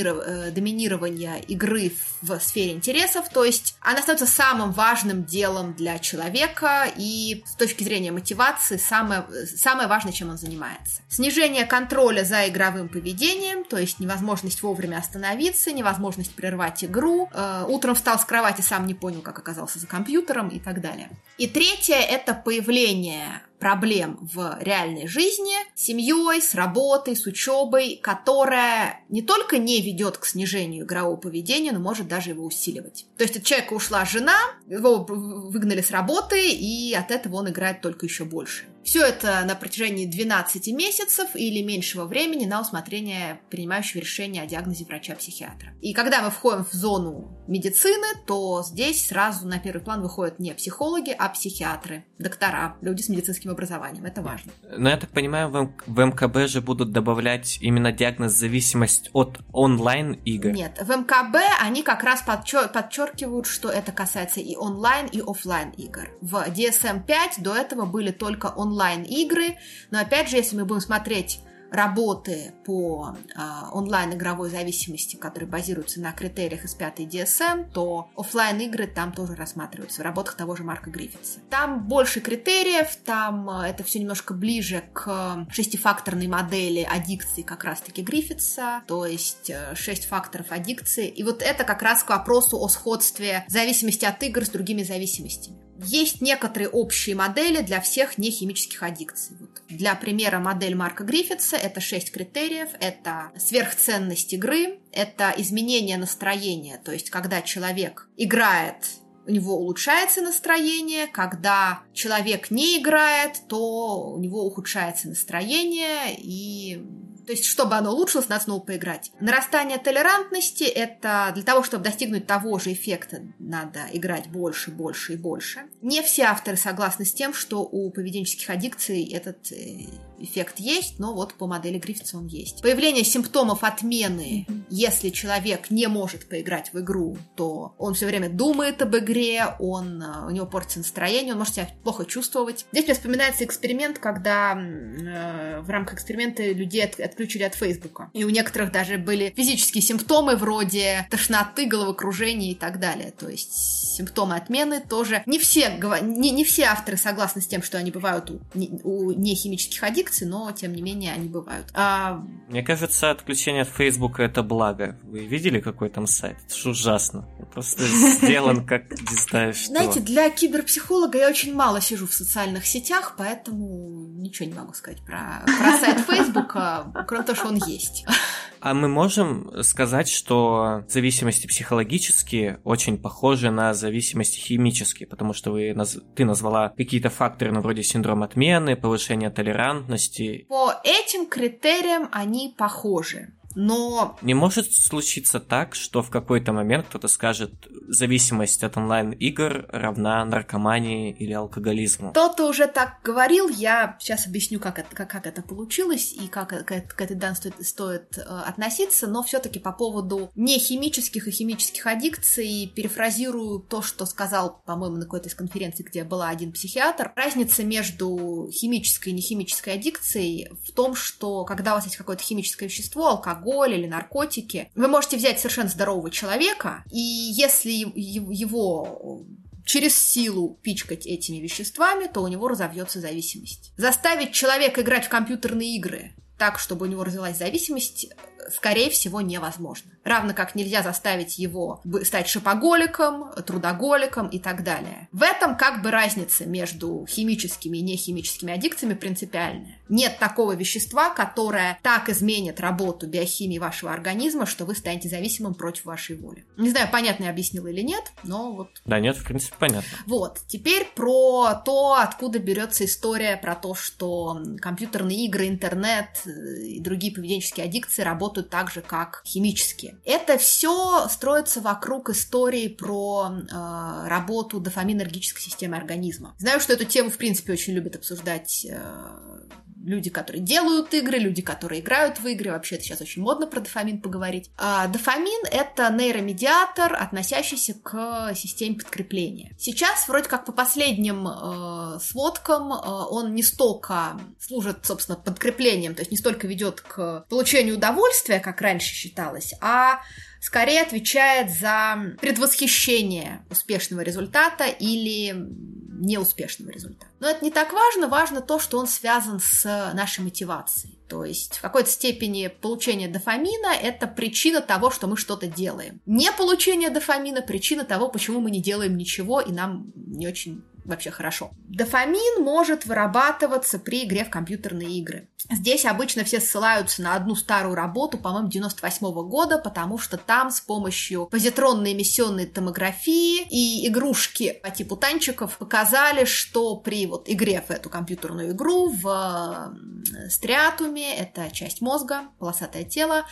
доминирование игры в сфере интересов, то есть она становится самым важным делом для человека, и с точки зрения мотивации самое важное, чем он занимается. Снижение контроля за игровым поведением, то есть невозможность вовремя остановиться, невозможность прервать игру, утром встал с кровати, сам не понял, как оказался за компьютером и так далее. И третье — это появление проблем в реальной жизни, с семьей, с работой, с учебой, которая не только не ведет к снижению игрового поведения, но может даже его усиливать. То есть от человека ушла жена, его выгнали с работы, и от этого он играет только еще больше. Все это на протяжении 12 месяцев или меньшего времени на усмотрение принимающего решения о диагнозе врача-психиатра. И когда мы входим в зону медицины, то здесь сразу на первый план выходят не психологи, а психиатры, доктора, люди с медицинским образованием. Это важно. Но я так понимаю, в МКБ же будут добавлять именно диагноз зависимость от онлайн-игр? Нет, в МКБ они как раз подчеркивают, что это касается и онлайн, и офлайн игр. В DSM-5 до этого были только онлайн-игры, но опять же, если мы будем смотреть работы по онлайн-игровой зависимости, которые базируются на критериях из 5 DSM, то офлайн-игры там тоже рассматриваются в работах того же Марка Гриффитса. Там больше критериев, там это все немножко ближе к 6-факторной модели аддикции как раз-таки Гриффитса, то есть 6 факторов аддикции. И вот это как раз к вопросу о сходстве зависимости от игр с другими зависимостями. Есть некоторые общие модели для всех нехимических аддикций. Вот. Для примера модель Марка Гриффитса это 6 критериев. Это сверхценность игры, это изменение настроения, то есть когда человек играет, у него улучшается настроение, когда человек не играет, то у него ухудшается настроение, и... То есть, чтобы оно улучшилось, надо снова поиграть. Нарастание толерантности — это для того, чтобы достигнуть того же эффекта, надо играть больше, больше и больше. Не все авторы согласны с тем, что у поведенческих аддикций этот эффект есть, но вот по модели Гриффитса он есть. Появление симптомов отмены. Если человек не может поиграть в игру, то он все время думает об игре, у него портится настроение, он может себя плохо чувствовать. Здесь мне вспоминается эксперимент, когда в рамках эксперимента людей отключили от Фейсбука. И у некоторых даже были физические симптомы вроде тошноты, головокружения и так далее. То есть симптомы отмены тоже... Не все авторы согласны с тем, что они бывают у нехимических аддикций, но, тем не менее, они бывают. Мне кажется, отключение от Фейсбука — это благо. Вы видели, какой там сайт? Это же ужасно. Он просто сделан как не знаю что. Знаете, для киберпсихолога я очень мало сижу в социальных сетях, поэтому ничего не могу сказать про сайт Фейсбука, кроме того, что он есть. А мы можем сказать, что зависимости психологические очень похожи на зависимости химические, потому что ты назвала какие-то факторы, ну, вроде синдром отмены, повышение толерантности. По этим критериям они похожи. Но... Не может случиться так, что в какой-то момент кто-то скажет, зависимость от онлайн-игр равна наркомании или алкоголизму. Кто-то уже так говорил, я сейчас объясню, как это получилось и как к этой данной стоит относиться, но все-таки по поводу нехимических и химических аддикций перефразирую то, что сказал, по-моему, на какой-то из конференций, где была один психиатр. Разница между химической и нехимической аддикцией в том, что когда у вас есть какое-то химическое вещество, алкоголь или наркотики, вы можете взять совершенно здорового человека, и если его через силу пичкать этими веществами, то у него разовьется зависимость. Заставить человека играть в компьютерные игры так, чтобы у него развилась зависимость, скорее всего, невозможно. Равно как нельзя заставить его стать шопоголиком, трудоголиком и так далее. В этом как бы разница между химическими и нехимическими аддикциями принципиальная. Нет такого вещества, которое так изменит работу биохимии вашего организма, что вы станете зависимым против вашей воли. Не знаю, понятно я объяснила или нет, но вот... Да нет, в принципе, понятно. Вот, теперь про то, откуда берется история про то, что компьютерные игры, интернет и другие поведенческие аддикции работают так же, как химические. Это все строится вокруг истории про работу дофаминергической системы организма. Знаю, что эту тему, в принципе, очень любят обсуждать люди, которые делают игры, люди, которые играют в игры. Вообще, это сейчас очень модно про дофамин поговорить. Дофамин — это нейромедиатор, относящийся к системе подкрепления. Сейчас, вроде как по последним сводкам, он не столько служит, собственно, подкреплением, то есть не столько ведет к получению удовольствия, как раньше считалось, а скорее отвечает за предвосхищение успешного результата или неуспешного результата. Но это не так важно. Важно то, что он связан с нашей мотивацией. То есть в какой-то степени получение дофамина – это причина того, что мы что-то делаем. Не получение дофамина – причина того, почему мы не делаем ничего, и нам не очень вообще хорошо. Дофамин может вырабатываться при игре в компьютерные игры. Здесь обычно все ссылаются на одну старую работу, по-моему, 98-го года, потому что там с помощью позитронной эмиссионной томографии и игрушки по типу танчиков показали, что при вот игре в эту компьютерную игру в стриатуме, это часть мозга, полосатое тело,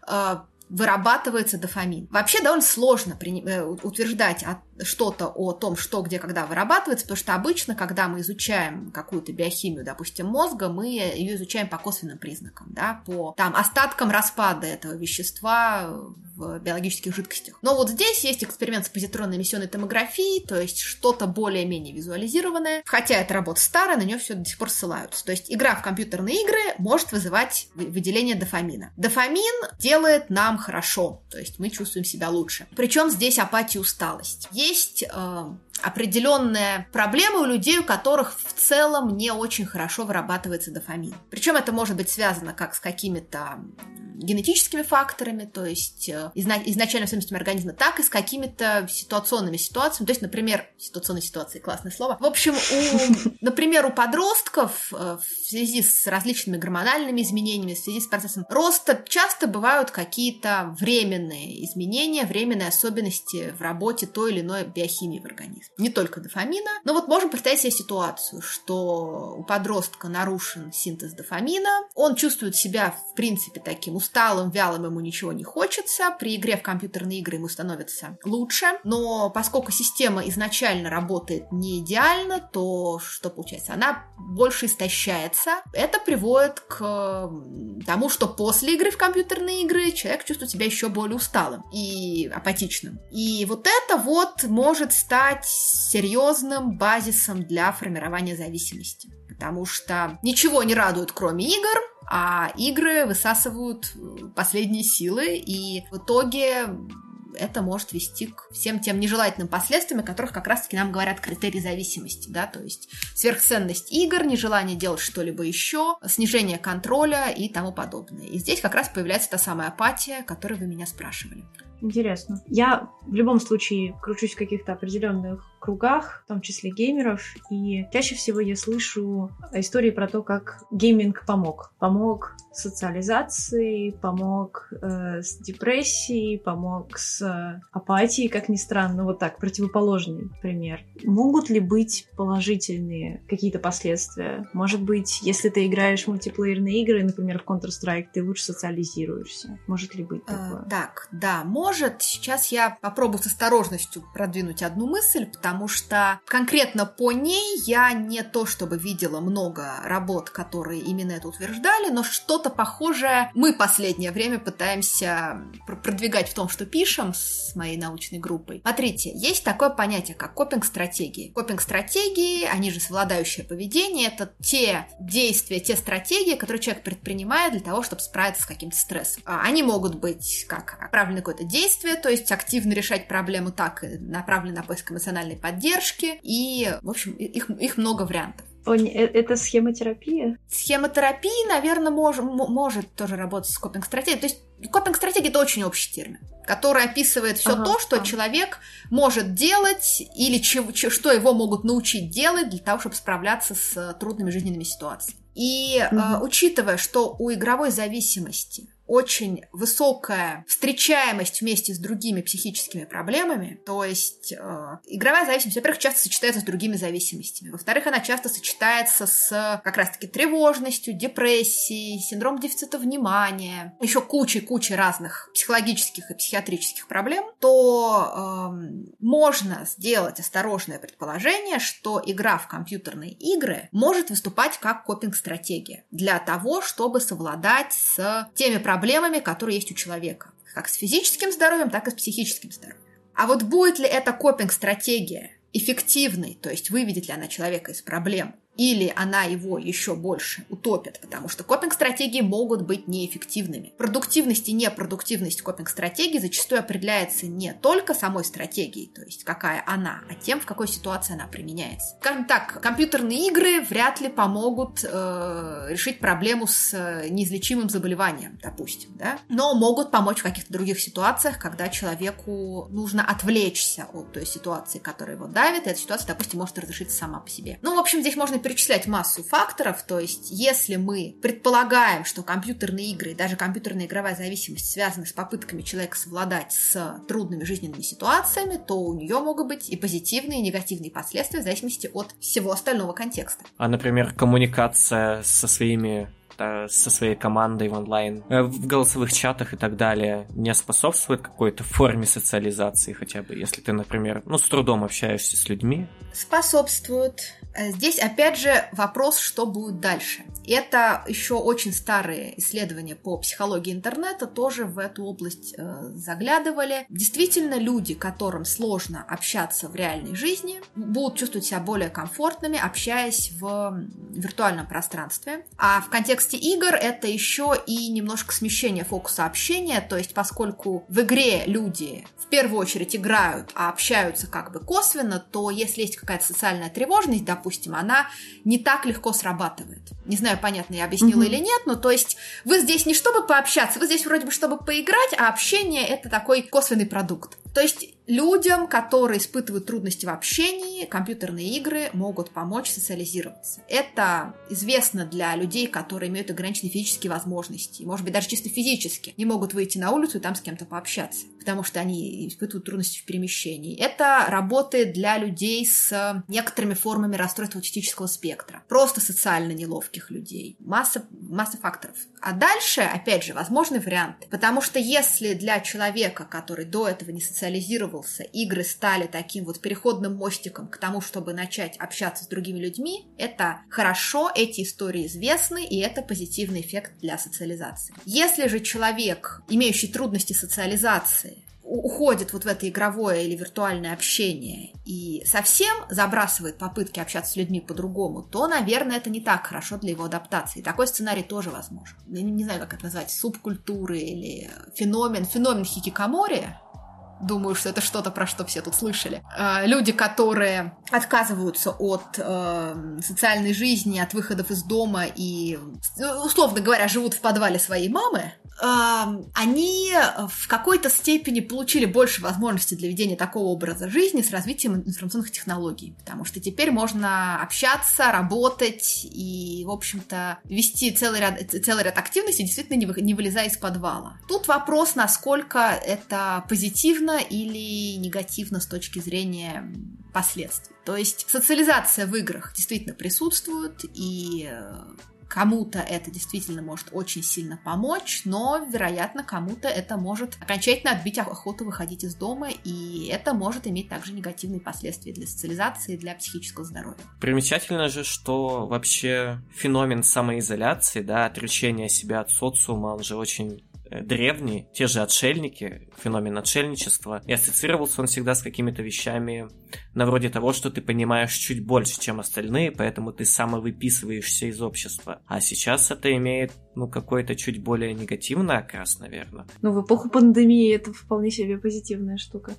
вырабатывается дофамин. Вообще довольно сложно утверждать что-то о том, что, где, когда вырабатывается, потому что обычно, когда мы изучаем какую-то биохимию, допустим, мозга, мы ее изучаем по косвенным признакам, да, по остаткам распада этого вещества в биологических жидкостях. Но вот здесь есть эксперимент с позитронной эмиссионной томографией, то есть что-то более-менее визуализированное. Хотя эта работа старая, на нее все до сих пор ссылаются. То есть игра в компьютерные игры может вызывать выделение дофамина. Дофамин делает нам хорошо, то есть мы чувствуем себя лучше. Причем здесь апатия и усталость. Есть определенная проблема у людей, у которых в целом не очень хорошо вырабатывается дофамин. Причем это может быть связано как с какими-то генетическими факторами, то есть изначально особенностями организма, так и с какими-то ситуационными ситуациями. То есть, например, ситуационные ситуации, классное слово. В общем, например, у подростков в связи с различными гормональными изменениями, в связи с процессом роста часто бывают какие-то временные изменения, временные особенности в работе той или иной биохимии в организме. Не только дофамина, но вот можем представить себе ситуацию, что у подростка нарушен синтез дофамина, он чувствует себя, в принципе, таким усталым, вялым, ему ничего не хочется, при игре в компьютерные игры ему становится лучше, но поскольку система изначально работает не идеально, то что получается? Она больше истощается. Это приводит к тому, что после игры в компьютерные игры человек чувствует себя еще более усталым и апатичным. И вот это вот может стать серьезным базисом для формирования зависимости. потому что ничего не радует, кроме игр, а игры высасывают последние силы, и в итоге это может вести к всем тем нежелательным последствиям, о которых как раз-таки нам говорят критерии зависимости, да, то есть сверхценность игр, нежелание делать что-либо еще, снижение контроля и тому подобное. И здесь как раз появляется та самая апатия, о которой вы меня спрашивали. Интересно. Я в любом случае кручусь в каких-то определенных кругах, в том числе геймеров, и чаще всего я слышу истории про то, как гейминг помог. Помог с социализацией, помог с депрессией, помог с апатией, как ни странно. Вот так, противоположный пример. Могут ли быть положительные какие-то последствия? Может быть, если ты играешь в мультиплеерные игры, например, в Counter-Strike, ты лучше социализируешься? Может ли быть такое? Так, да, может. Сейчас я попробую с осторожностью продвинуть одну мысль, потому что конкретно по ней я не то чтобы видела много работ, которые именно это утверждали, но что-то похожее мы последнее время пытаемся продвигать в том, что пишем с моей научной группой. Смотрите, есть такое понятие, как копинг-стратегии. Копинг-стратегии, они же совладающее поведение, это те действия, те стратегии, которые человек предпринимает для того, чтобы справиться с каким-то стрессом. Они могут быть как правильное какое-то действие, то есть активно решать проблему, так и направлены на поиск эмоциональной поддержки, и, в общем, их много вариантов. Это схемотерапия? Схемотерапия, наверное, может тоже работать с копинг-стратегией. То есть копинг-стратегия — это очень общий термин, который описывает все то, что человек может делать или что его могут научить делать для того, чтобы справляться с трудными жизненными ситуациями. И учитывая, что у игровой зависимости очень высокая встречаемость вместе с другими психическими проблемами, то есть игровая зависимость, во-первых, часто сочетается с другими зависимостями, во-вторых, она часто сочетается с как раз-таки тревожностью, депрессией, синдромом дефицита внимания, еще кучей разных психологических и психиатрических проблем, то можно сделать осторожное предположение, что игра в компьютерные игры может выступать как копинг-стратегия для того, чтобы совладать с теми проблемами, которые есть у человека, как с физическим здоровьем, так и с психическим здоровьем. А вот будет ли эта копинг-стратегия эффективной, то есть выведет ли она человека из проблем, или она его еще больше утопит, потому что копинг-стратегии могут быть неэффективными. Продуктивность и непродуктивность копинг-стратегии зачастую определяется не только самой стратегией, то есть какая она, а тем, в какой ситуации она применяется. Скажем так, компьютерные игры вряд ли помогут решить проблему с неизлечимым заболеванием, допустим, да? Но могут помочь в каких-то других ситуациях, когда человеку нужно отвлечься от той ситуации, которая его давит, и эта ситуация, допустим, может разрешиться сама по себе. Ну, в общем, здесь можно перечислять массу факторов, то есть если мы предполагаем, что компьютерные игры и даже компьютерная игровая зависимость связаны с попытками человека совладать с трудными жизненными ситуациями, то у нее могут быть и позитивные, и негативные последствия в зависимости от всего остального контекста. А, например, коммуникация со своей командой в онлайн, в голосовых чатах и так далее не способствует какой-то форме социализации хотя бы, если ты, например, с трудом общаешься с людьми? Способствует. Здесь, опять же, вопрос, что будет дальше. Это еще очень старые исследования по психологии интернета тоже в эту область заглядывали. Действительно, люди, которым сложно общаться в реальной жизни, будут чувствовать себя более комфортными, общаясь в виртуальном пространстве. А в контексте игр это еще и немножко смещение фокуса общения, то есть поскольку в игре люди в первую очередь играют, а общаются как бы косвенно, то если есть какая-то социальная тревожность, допустим, она не так легко срабатывает. Не знаю, понятно я объяснила или нет, но то есть вы здесь не чтобы пообщаться, вы здесь вроде бы чтобы поиграть, а общение — это такой косвенный продукт. То есть людям, которые испытывают трудности в общении, компьютерные игры могут помочь социализироваться. Это известно для людей, которые имеют ограниченные физические возможности, может быть, даже чисто физически не могут выйти на улицу и там с кем-то пообщаться, потому что они испытывают трудности в перемещении. Это работает для людей с некоторыми формами расстройства аутистического спектра, просто социально неловких людей. Масса факторов. А дальше, опять же, возможны варианты, потому что если для человека, который до этого не социализировался, игры стали таким вот переходным мостиком к тому, чтобы начать общаться с другими людьми, это хорошо, эти истории известны, и это позитивный эффект для социализации. Если же человек, имеющий трудности социализации, уходит вот в это игровое или виртуальное общение и совсем забрасывает попытки общаться с людьми по-другому, то, наверное, это не так хорошо для его адаптации. Такой сценарий тоже возможен. Я не знаю, как это назвать, субкультуры или феномен хикикамори. Думаю, что это что-то, про что все тут слышали. Люди, которые отказываются от социальной жизни, от выходов из дома и, условно говоря, живут в подвале своей мамы, они в какой-то степени получили больше возможностей для ведения такого образа жизни с развитием информационных технологий, потому что теперь можно общаться, работать и, в общем-то, вести целый ряд активностей, действительно не вылезая из подвала. Тут вопрос, насколько это позитивно или негативно с точки зрения последствий. То есть социализация в играх действительно присутствует, и кому-то это действительно может очень сильно помочь, но, вероятно, кому-то это может окончательно отбить охоту выходить из дома, и это может иметь также негативные последствия для социализации и для психического здоровья. Примечательно же, что вообще феномен самоизоляции, да, отречения себя от социума, он же очень древний, те же отшельники, феномен отшельничества, и ассоциировался он всегда с какими-то вещами на вроде того, что ты понимаешь чуть больше, чем остальные, поэтому ты самовыписываешься из общества. А сейчас это имеет, какой-то чуть более негативный окрас, наверное. В эпоху пандемии это вполне себе позитивная штука.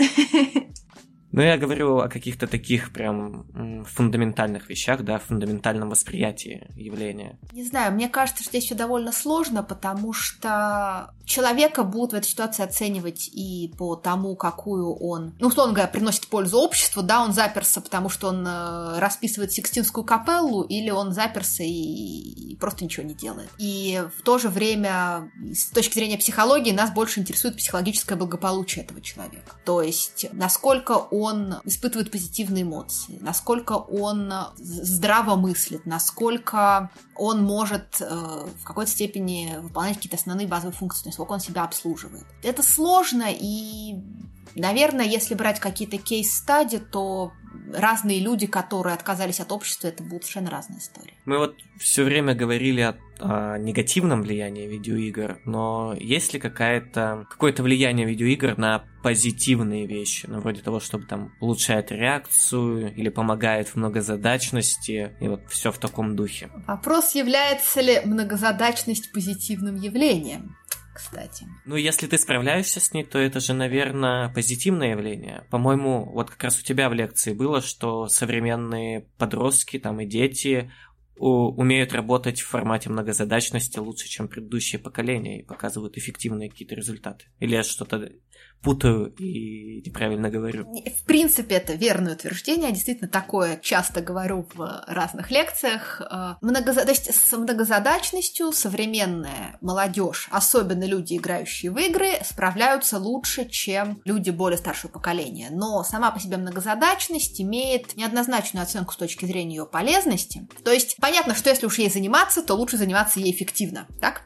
Я говорю о каких-то таких прям фундаментальных вещах, да, фундаментальном восприятии явления. Не знаю, мне кажется, что здесь все довольно сложно, потому что человека будут в этой ситуации оценивать и по тому, какую он, условно говоря, приносит пользу обществу, да, он заперся, потому что он расписывает Сикстинскую капеллу, или он заперся и просто ничего не делает. И в то же время, с точки зрения психологии, нас больше интересует психологическое благополучие этого человека. То есть, насколько он испытывает позитивные эмоции, насколько он здраво мыслит, насколько он может в какой-то степени выполнять какие-то основные базовые функции, насколько он себя обслуживает. Это сложно, и, наверное, если брать какие-то кейс-стади, то разные люди, которые отказались от общества, это будут совершенно разные истории. Мы все время говорили о негативном влиянии видеоигр, но есть ли какое-то влияние видеоигр на позитивные вещи, вроде того, чтобы улучшает реакцию или помогает в многозадачности, и все в таком духе? Вопрос, является ли многозадачность позитивным явлением? Кстати. Если ты справляешься с ней, то это же, наверное, позитивное явление. По-моему, как раз у тебя в лекции было, что современные подростки и дети умеют работать в формате многозадачности лучше, чем предыдущие поколения, и показывают эффективные какие-то результаты. Или я что-то путаю и неправильно говорю? В принципе, это верное утверждение. Я действительно такое часто говорю в разных лекциях. То есть с многозадачностью современная молодежь, особенно люди, играющие в игры, справляются лучше, чем люди более старшего поколения. Но сама по себе многозадачность имеет неоднозначную оценку с точки зрения ее полезности. То есть понятно, что если уж ей заниматься, то лучше заниматься ей эффективно, так?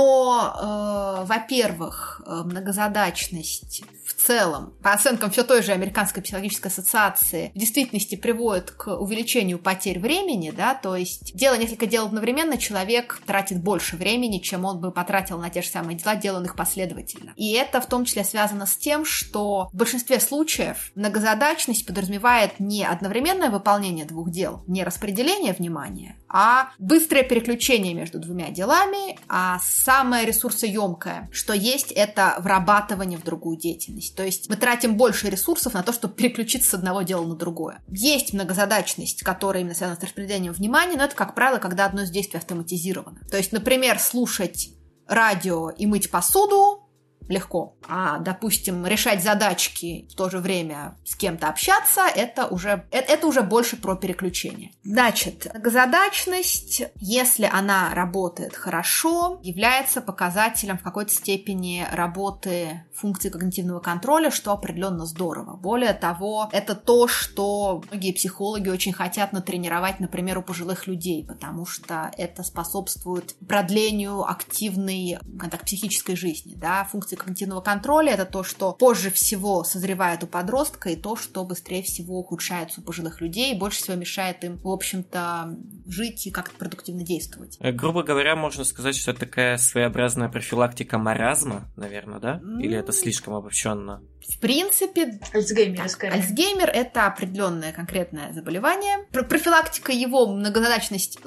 Но, во-первых, многозадачность в целом, по оценкам все той же Американской психологической ассоциации, в действительности приводит к увеличению потерь времени, да, то есть делая несколько дел одновременно, человек тратит больше времени, чем он бы потратил на те же самые дела, делая их последовательно. И это в том числе связано с тем, что в большинстве случаев многозадачность подразумевает не одновременное выполнение двух дел, не распределение внимания, а быстрое переключение между двумя делами, а самое ресурсоемкое, что есть, это врабатывание в другую деятельность. То есть мы тратим больше ресурсов на то, чтобы переключиться с одного дела на другое. Есть многозадачность, которая именно связана с распределением внимания, но это, как правило, когда одно из действий автоматизировано. То есть, например, слушать радио и мыть посуду легко, а, допустим, решать задачки, в то же время с кем-то общаться, это уже больше про переключение. Значит, многозадачность, если она работает хорошо, является показателем в какой-то степени работы функции когнитивного контроля, что определенно здорово. Более того, это то, что многие психологи очень хотят натренировать, например, у пожилых людей, потому что это способствует продлению активной психической жизни, да, функции когнитивного контроля — это то, что позже всего созревает у подростка, и то, что быстрее всего ухудшается у пожилых людей, и больше всего мешает им, в общем-то, жить и как-то продуктивно действовать. Грубо говоря, можно сказать, что это такая своеобразная профилактика маразма, наверное, да? Или это слишком обобщенно? В принципе, Альцгеймер – это определенное конкретное заболевание. Профилактика его многозадачности,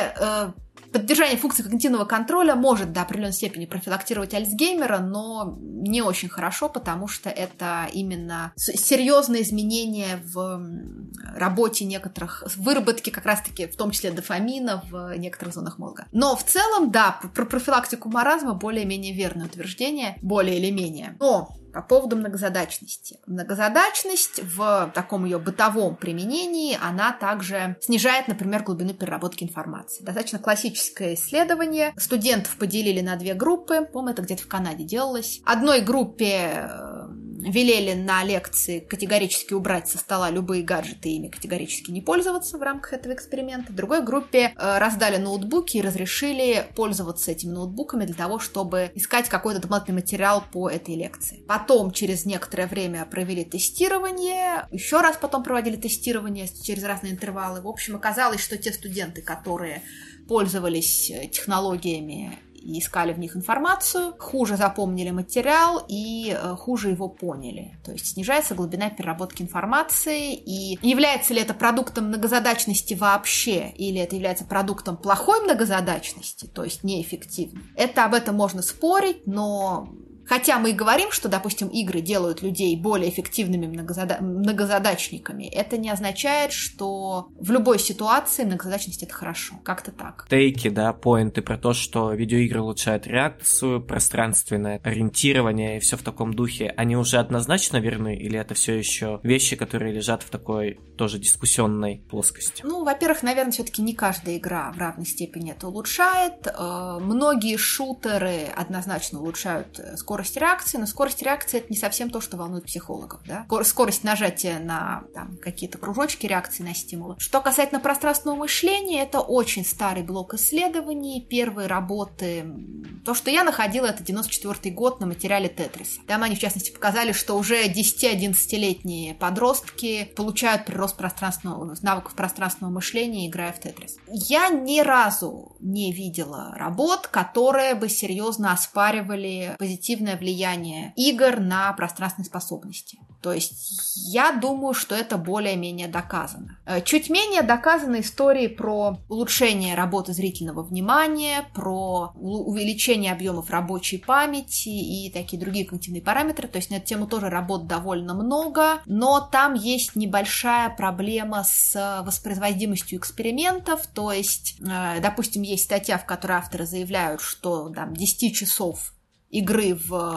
поддержание функции когнитивного контроля может до определенной степени профилактировать Альцгеймера, но не очень хорошо, потому что это именно серьезные изменения в работе некоторых, выработке как раз-таки, в том числе дофамина в некоторых зонах мозга. Но в целом, да, про профилактику маразма более-менее верное утверждение, более или менее. Но по поводу многозадачности. Многозадачность в таком ее бытовом применении, она также снижает, например, глубину переработки информации. Достаточно классическое исследование. Студентов поделили на 2 группы. По-моему, это где-то в Канаде делалось. Одной группе велели на лекции категорически убрать со стола любые гаджеты и ими категорически не пользоваться в рамках этого эксперимента. Другой группе раздали ноутбуки и разрешили пользоваться этими ноутбуками для того, чтобы искать какой-то дополнительный материал по этой лекции. Потом через некоторое время провели тестирование, еще раз потом проводили тестирование через разные интервалы. В общем, оказалось, что те студенты, которые пользовались технологиями и искали в них информацию, хуже запомнили материал и хуже его поняли. То есть снижается глубина переработки информации. И является ли это продуктом многозадачности вообще, или это является продуктом плохой многозадачности, то есть неэффективной? Об этом можно спорить, но хотя мы и говорим, что, допустим, игры делают людей более эффективными многозадачниками, это не означает, что в любой ситуации многозадачность — это хорошо. Как-то так. Тейки, да, поинты про то, что видеоигры улучшают реакцию, пространственное ориентирование и все в таком духе, они уже однозначно верны, или это все еще вещи, которые лежат в такой тоже дискуссионной плоскости? Во-первых, наверное, все-таки не каждая игра в равной степени это улучшает. Многие шутеры однозначно улучшают скорость реакции, но скорость реакции — это не совсем то, что волнует психологов, да? Скорость нажатия на какие-то кружочки реакции на стимулы. Что касательно пространственного мышления, это очень старый блок исследований. Первые работы, то, что я находила, это 94-й год на материале Тетриса. Там они, в частности, показали, что уже 10-11-летние подростки получают прирост навыков пространственного мышления, играя в Тетрис. Я ни разу не видела работ, которые бы серьезно оспаривали позитивное влияние игр на пространственные способности. То есть я думаю, что это более-менее доказано. Чуть менее доказаны истории про улучшение работы зрительного внимания, про увеличение объемов рабочей памяти и такие другие когнитивные параметры. То есть на эту тему тоже работ довольно много, но там есть небольшая проблема с воспроизводимостью экспериментов. То есть, допустим, есть статья, в которой авторы заявляют, что 10 часов игры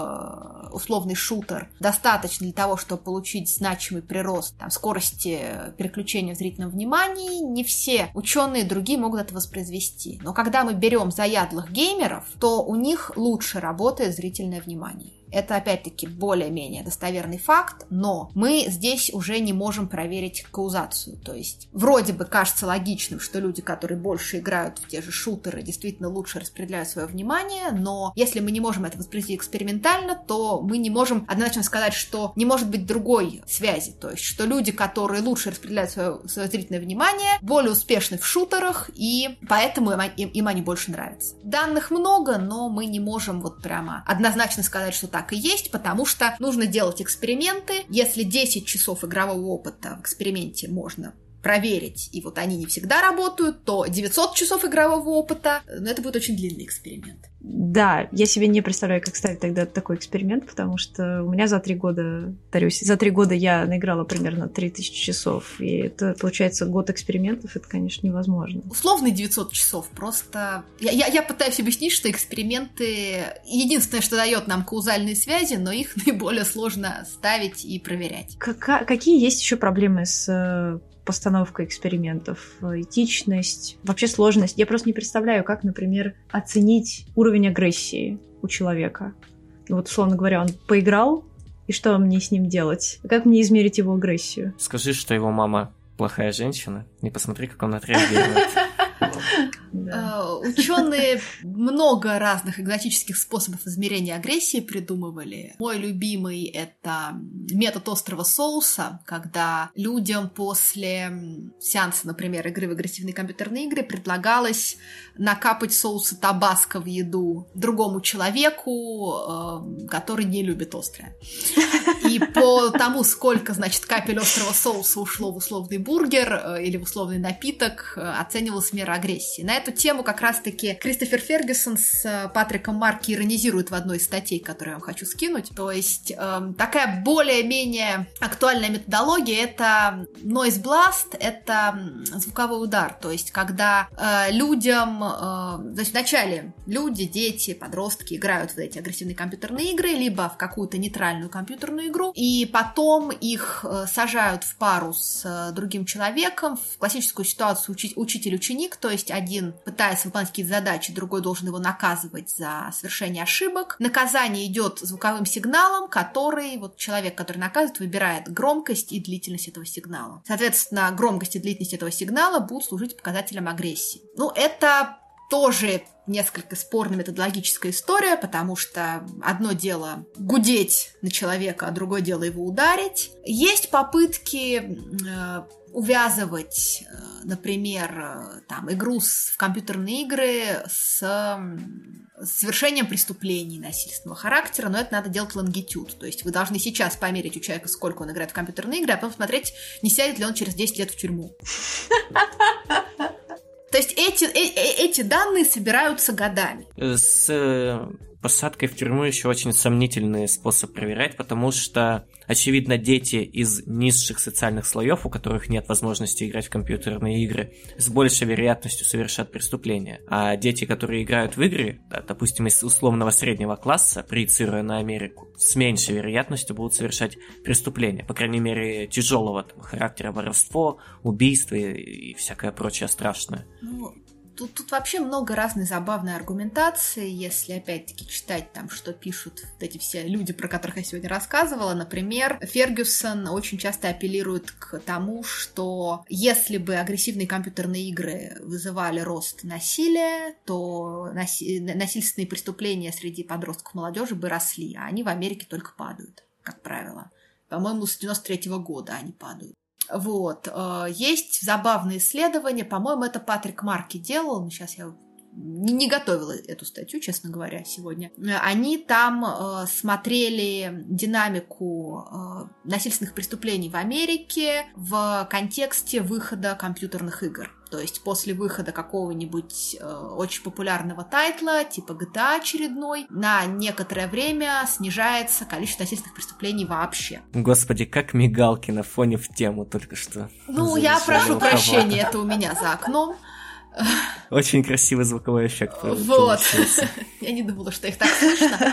в условный шутер достаточно для того, чтобы получить значимый прирост скорости переключения в зрительном внимании. Не все ученые другие могут это воспроизвести. Но когда мы берем заядлых геймеров, то у них лучше работает зрительное внимание. Это, опять-таки, более-менее достоверный факт, но мы здесь уже не можем проверить каузацию. То есть вроде бы кажется логичным, что люди, которые больше играют в те же шутеры, действительно лучше распределяют свое внимание, но если мы не можем это воспроизвести экспериментально, то мы не можем однозначно сказать, что не может быть другой связи. То есть, что люди, которые лучше распределяют свое зрительное внимание, более успешны в шутерах, и поэтому им они больше нравятся. Данных много, но мы не можем прямо однозначно сказать, что так и есть, потому что нужно делать эксперименты. Если 10 часов игрового опыта в эксперименте можно проверить, и они не всегда работают, то 900 часов игрового опыта, это будет очень длинный эксперимент. Да, я себе не представляю, как ставить тогда такой эксперимент, потому что у меня за 3 года я наиграла примерно 3000 часов, и это, получается, год экспериментов, это, конечно, невозможно. Условные 900 часов, просто... Я пытаюсь объяснить, что эксперименты единственное, что дает нам каузальные связи, но их наиболее сложно ставить и проверять. Какие есть еще проблемы с постановка экспериментов, этичность, вообще сложность? Я просто не представляю, как, например, оценить уровень агрессии у человека. Условно говоря, он поиграл, и что мне с ним делать? Как мне измерить его агрессию? Скажи, что его мама плохая женщина, и посмотри, как он отреагирует. Ученые много разных экзотических способов измерения агрессии придумывали. Мой любимый — это метод острого соуса, когда людям после сеанса, например, игры в агрессивные компьютерные игры предлагалось накапать соуса табаско в еду другому человеку, который не любит острое. И по тому, сколько, значит, капель острого соуса ушло в условный бургер или в условный напиток, оценивалась мера агрессии. На эту тему как раз-таки Кристофер Фергюсон с Патриком Марки иронизирует в одной из статей, которую я вам хочу скинуть. То есть такая более-менее актуальная методология — это noise blast, это звуковой удар. То есть когда людям... То есть вначале люди, дети, подростки играют в эти агрессивные компьютерные игры, либо в какую-то нейтральную компьютерную игру, и потом их сажают в пару с другим человеком, в классическую ситуацию учитель-ученик, то есть один пытается выполнять какие-то задачи, другой должен его наказывать за совершение ошибок. Наказание идет звуковым сигналом, который вот человек, который наказывает, выбирает громкость и длительность этого сигнала. Соответственно, громкость и длительность этого сигнала будут служить показателем агрессии. Ну, это тоже несколько спорная методологическая история, потому что одно дело гудеть на человека, а другое дело его ударить. Есть попытки увязывать, например, там, игру в компьютерные игры с совершением преступлений насильственного характера, но это надо делать лонгитюд. То есть вы должны сейчас померить у человека, сколько он играет в компьютерные игры, а потом смотреть, не сядет ли он через 10 лет в тюрьму. То есть эти данные собираются годами. С посадкой в тюрьму еще очень сомнительный способ проверять, потому что, очевидно, дети из низших социальных слоев, у которых нет возможности играть в компьютерные игры, с большей вероятностью совершат преступления. А дети, которые играют в игры, допустим, из условного среднего класса, проецируя на Америку, с меньшей вероятностью будут совершать преступления. По крайней мере, тяжелого характера: воровство, убийство и всякое прочее страшное. Тут вообще много разной забавной аргументации, если опять-таки читать там, что пишут вот эти все люди, про которых я сегодня рассказывала. Например, Фергюсон очень часто апеллирует к тому, что если бы агрессивные компьютерные игры вызывали рост насилия, то насильственные преступления среди подростков и молодежи бы росли, а они в Америке только падают, как правило. По-моему, с 93-го года они падают. Вот. Есть забавные исследования, по-моему, это Патрик Марки делал, сейчас я не готовила эту статью, честно говоря, сегодня. Они там смотрели динамику насильственных преступлений в Америке в контексте выхода компьютерных игр. То есть после выхода какого-нибудь очень популярного тайтла, типа GTA очередной, на некоторое время снижается количество насильственных преступлений вообще. Господи, как мигалки на фоне в тему только что. Ну, я прошу прощения, это у меня за окном. Очень красивый звуковой эффект. Вот. Я не думала, что их так слышно.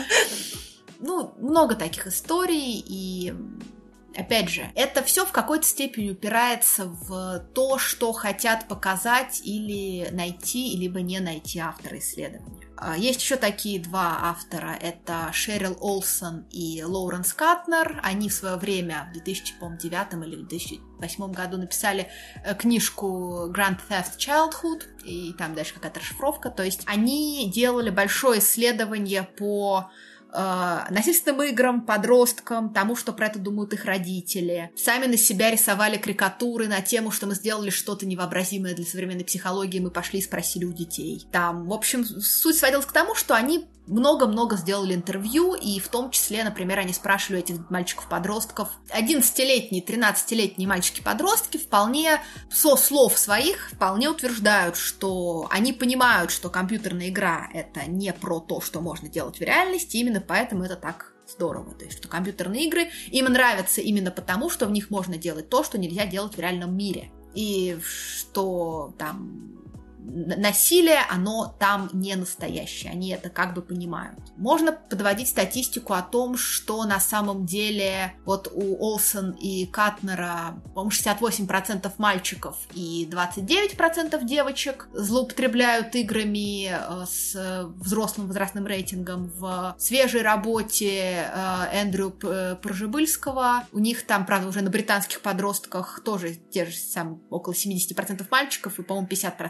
Ну, много таких историй, и опять же, это все в какой-то степени упирается в то, что хотят показать или найти, либо не найти авторы исследования. Есть еще такие два автора, это Шерил Олсон и Лоуренс Катнер. Они в свое время в 2009 или 2008 году написали книжку Grand Theft Childhood, и там дальше какая-то расшифровка. То есть они делали большое исследование по насильственным играм, подросткам, тому, что про это думают их родители. Сами на себя рисовали карикатуры на тему, что мы сделали что-то невообразимое для современной психологии, мы пошли и спросили у детей. Там, в общем, суть сводилась к тому, что они много-много сделали интервью, и в том числе, например, они спрашивали этих мальчиков-подростков. 11-летние, 13-летние мальчики-подростки вполне, со слов своих, вполне утверждают, что они понимают, что компьютерная игра — это не про то, что можно делать в реальности, именно поэтому это так здорово. То есть, что компьютерные игры им нравятся именно потому, что в них можно делать то, что нельзя делать в реальном мире. И что там насилие, оно там не настоящее, они это как бы понимают. Можно подводить статистику о том, что на самом деле вот у Олсон и Катнера, по-моему, 68% мальчиков и 29% девочек злоупотребляют играми с взрослым возрастным рейтингом. В свежей работе Эндрю Пржебыльского, у них там, правда, уже на британских подростках тоже те же самые около 70% мальчиков и, по-моему, 50% девочек.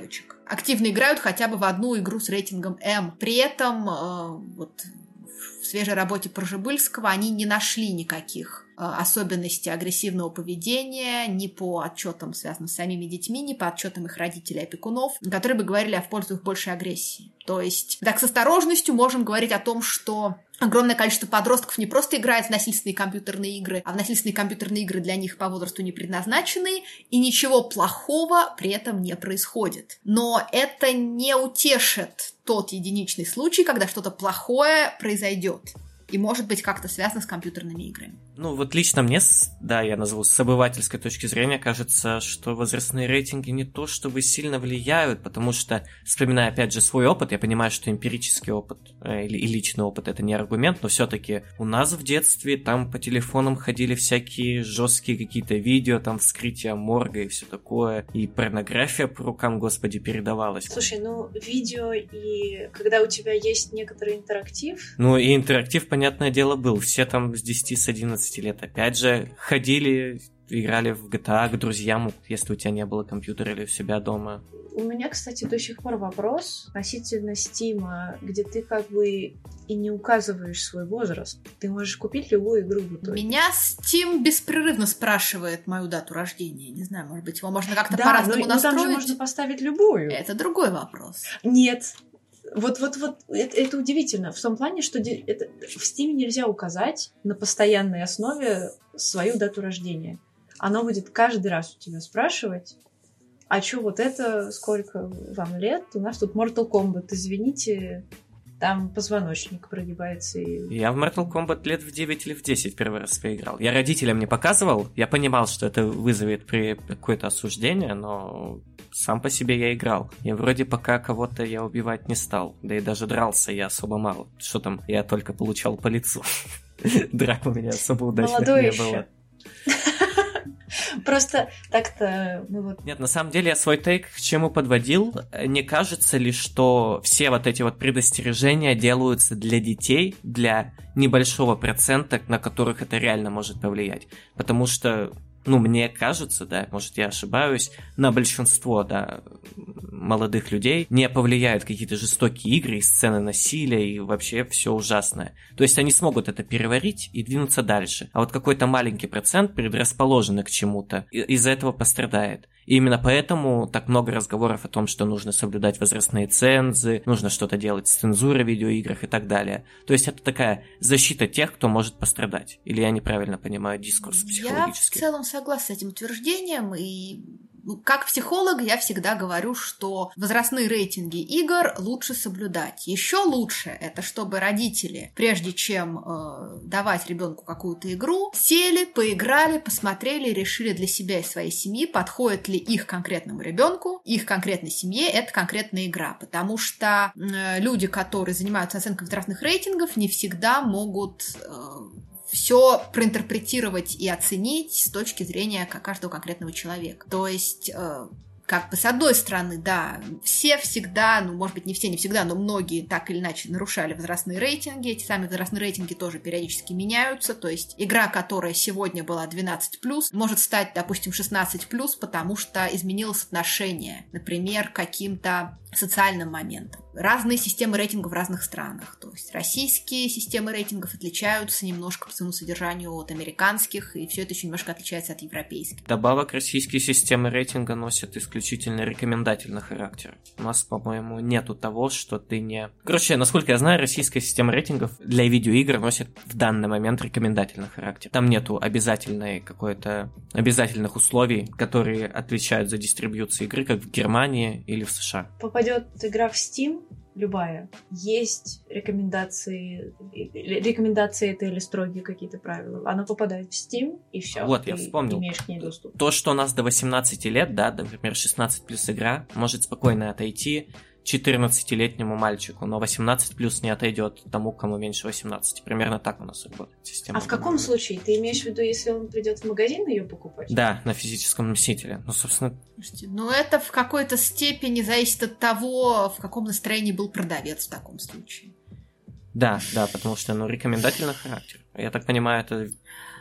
девочек активно играют хотя бы в одну игру с рейтингом М. При этом вот в свежей работе Пржебыльского они не нашли никаких особенностей агрессивного поведения ни по отчетам, связанным с самими детьми, ни по отчетам их родителей и опекунов, которые бы говорили в пользу их большей агрессии. То есть, так с осторожностью можем говорить о том, что огромное количество подростков не просто играет в насильственные компьютерные игры, а в насильственные компьютерные игры для них по возрасту не предназначены, и ничего плохого при этом не происходит. Но это не утешит тот единичный случай, когда что-то плохое произойдет. И может быть как-то связано с компьютерными играми. Ну, вот лично мне, да, я назову, с обывательской точки зрения, кажется, что возрастные рейтинги не то чтобы сильно влияют, потому что, вспоминая, опять же, свой опыт, я понимаю, что эмпирический опыт и личный опыт — это не аргумент, но все-таки у нас в детстве там по телефонам ходили всякие жесткие какие-то видео, там вскрытие морга и все такое, и порнография по рукам, господи, передавалась. Слушай, ну, видео и когда у тебя есть некоторый интерактив... Ну, и интерактив, понятное дело, был. Все там с 10, с 11 лет, опять же, ходили, играли в GTA к друзьям, если у тебя не было компьютера или у себя дома. У меня, кстати, до сих пор вопрос относительно Стима, где ты как бы и не указываешь свой возраст. Ты можешь купить любую игру в итоге. Меня Steam беспрерывно спрашивает мою дату рождения. Не знаю, может быть, его можно как-то да, по-разному настроить. Да, там же можно поставить любую. Это другой вопрос. Нет. Вот, это удивительно. В том плане, что в Steam нельзя указать на постоянной основе свою дату рождения. Оно будет каждый раз у тебя спрашивать, а что вот это, сколько вам лет? У нас тут Mortal Kombat, извините, там позвоночник прогибается. Я в Mortal Kombat лет в 9 или в 10 первый раз поиграл. Я родителям не показывал, я понимал, что это вызовет какое-то осуждение, но сам по себе я играл. И вроде пока кого-то я убивать не стал. Да и даже дрался я особо мало. Что там, я только получал по лицу. Драк у меня особо удачных не было. Просто так-то... Нет, на самом деле я свой тейк к чему подводил. Не кажется ли, что все вот эти вот предостережения делаются для детей, для небольшого процента, на которых это реально может повлиять? Потому что, мне кажется, да, может я ошибаюсь, на большинство, да, молодых людей не повлияют какие-то жестокие игры и сцены насилия и вообще все ужасное. То есть они смогут это переварить и двинуться дальше. А вот какой-то маленький процент предрасположенный к чему-то из-за этого пострадает. И именно поэтому так много разговоров о том, что нужно соблюдать возрастные цензы, нужно что-то делать с цензурой в видеоиграх и так далее. То есть это такая защита тех, кто может пострадать. Или я неправильно понимаю дискурс психологический? Я в целом согласна с этим утверждением, и как психолог я всегда говорю, что возрастные рейтинги игр лучше соблюдать. Еще лучше это, чтобы родители, прежде чем давать ребенку какую-то игру, сели, поиграли, посмотрели, решили для себя и своей семьи, подходит ли их конкретному ребенку, их конкретной семье эта конкретная игра. Потому что люди, которые занимаются оценкой возрастных рейтингов, не всегда могут все проинтерпретировать и оценить с точки зрения каждого конкретного человека. То есть, как бы с одной стороны, да, все всегда, может быть, не все, не всегда, но многие так или иначе нарушали возрастные рейтинги. Эти самые возрастные рейтинги тоже периодически меняются. То есть игра, которая сегодня была 12+, может стать, допустим, 16+, потому что изменилось отношение, например, к каким-то социальным моментам. Разные системы рейтингов в разных странах. То есть российские системы рейтингов отличаются немножко по своему содержанию от американских, и все это еще немножко отличается от европейских. Добавок, российские системы рейтинга носят исключительно рекомендательный характер. У нас, по-моему, нету того, что ты не... Короче, насколько я знаю, российская система рейтингов для видеоигр носит в данный момент рекомендательный характер. Там нету обязательных условий, которые отвечают за дистрибьюцию игры, как в Германии или в США. Попадет игра в Steam, любая, есть рекомендации это или строгие какие-то правила. Она попадает в Steam, и все. Вот, я вспомнил. Имеешь к ней доступ. То, что у нас до 18 лет, да, например, 16 плюс игра, может спокойно отойти 14-летнему мальчику, но 18 плюс не отойдет тому, кому меньше 18. Примерно так у нас работает система. А в каком случае? Ты имеешь в виду, если он придет в магазин ее покупать? Да, на физическом носителе. Собственно... Слушайте, это в какой-то степени зависит от того, в каком настроении был продавец в таком случае. Да, потому что, рекомендательный характер. Я так понимаю, это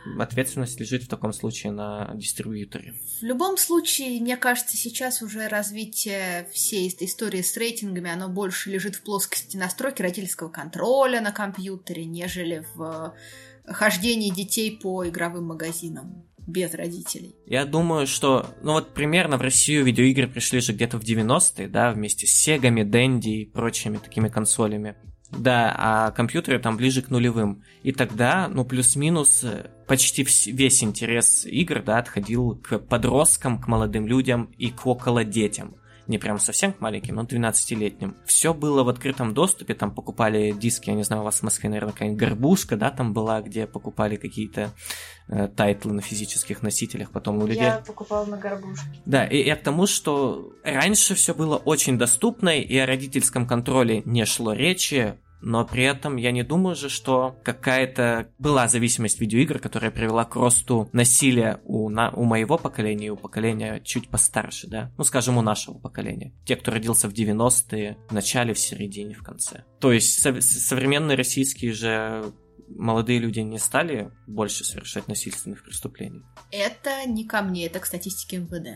ответственность лежит в таком случае на дистрибьюторе. В любом случае, мне кажется, сейчас уже развитие всей этой истории с рейтингами, оно больше лежит в плоскости настройки родительского контроля на компьютере, нежели в хождении детей по игровым магазинам без родителей. Я думаю, что, примерно в Россию видеоигры пришли же где-то в 90-е, да, вместе с Сегами, Денди и прочими такими консолями. Да, а компьютеры там ближе к нулевым. И тогда, плюс-минус, почти весь интерес игр, да, отходил к подросткам, к молодым людям и к около детям. Не прям совсем к маленьким, но 12-летним. Все было в открытом доступе, там покупали диски, я не знаю, у вас в Москве, наверное, какая-нибудь Горбушка, да, там была, где покупали какие-то тайтлы на физических носителях, потом у людей... Я покупала на Горбушке. Да, и к тому, что раньше все было очень доступно, и о родительском контроле не шло речи, но при этом я не думаю же, что какая-то была зависимость видеоигр, которая привела к росту насилия у моего поколения и у поколения чуть постарше, да? Скажем, у нашего поколения. Те, кто родился в 90-е, в начале, в середине, в конце. То есть современные российские же молодые люди не стали больше совершать насильственных преступлений. Это не ко мне, это к статистике МВД.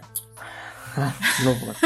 Вот.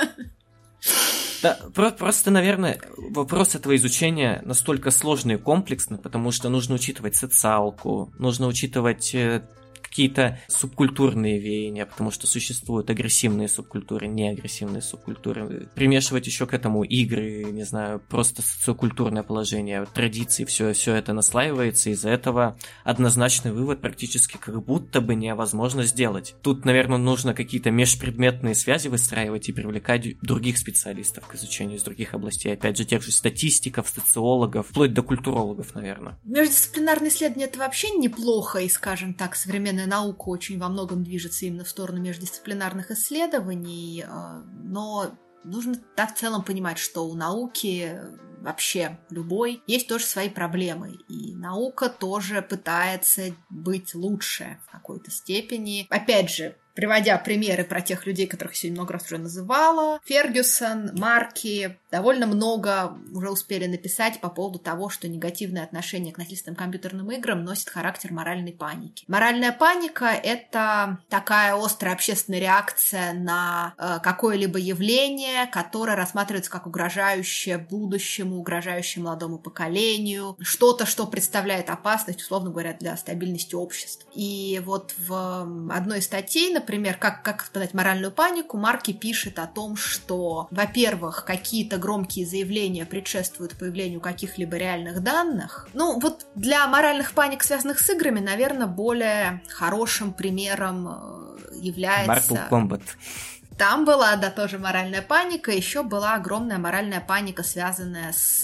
Да, просто, наверное, вопрос этого изучения настолько сложный и комплексный, потому что нужно учитывать социалку, нужно учитывать какие-то субкультурные веяния, потому что существуют агрессивные субкультуры, неагрессивные субкультуры. Примешивать еще к этому игры, не знаю, просто социокультурное положение, традиции, все это наслаивается, из-за этого однозначный вывод практически как будто бы невозможно сделать. Тут, наверное, нужно какие-то межпредметные связи выстраивать и привлекать других специалистов к изучению из других областей, опять же, тех же статистиков, социологов, вплоть до культурологов, наверное. Междисциплинарные исследования — это вообще неплохо, и, скажем так, современная наука очень во многом движется именно в сторону междисциплинарных исследований, но нужно в целом понимать, что у науки вообще любой есть тоже свои проблемы, и наука тоже пытается быть лучше в какой-то степени. Опять же, приводя примеры про тех людей, которых я сегодня много раз уже называла, Фергюсон, Марки, довольно много уже успели написать по поводу того, что негативное отношение к насильственным компьютерным играм носит характер моральной паники. Моральная паника — это такая острая общественная реакция на какое-либо явление, которое рассматривается как угрожающее будущему, угрожающее молодому поколению, что-то, что представляет опасность, условно говоря, для стабильности общества. И вот в одной из статей, например, как испытать моральную панику, Марки пишет о том, что, во-первых, какие-то громкие заявления предшествуют появлению каких-либо реальных данных. Вот для моральных паник, связанных с играми, наверное, более хорошим примером является... Mortal Kombat. Там была, да, тоже моральная паника, еще была огромная моральная паника, связанная с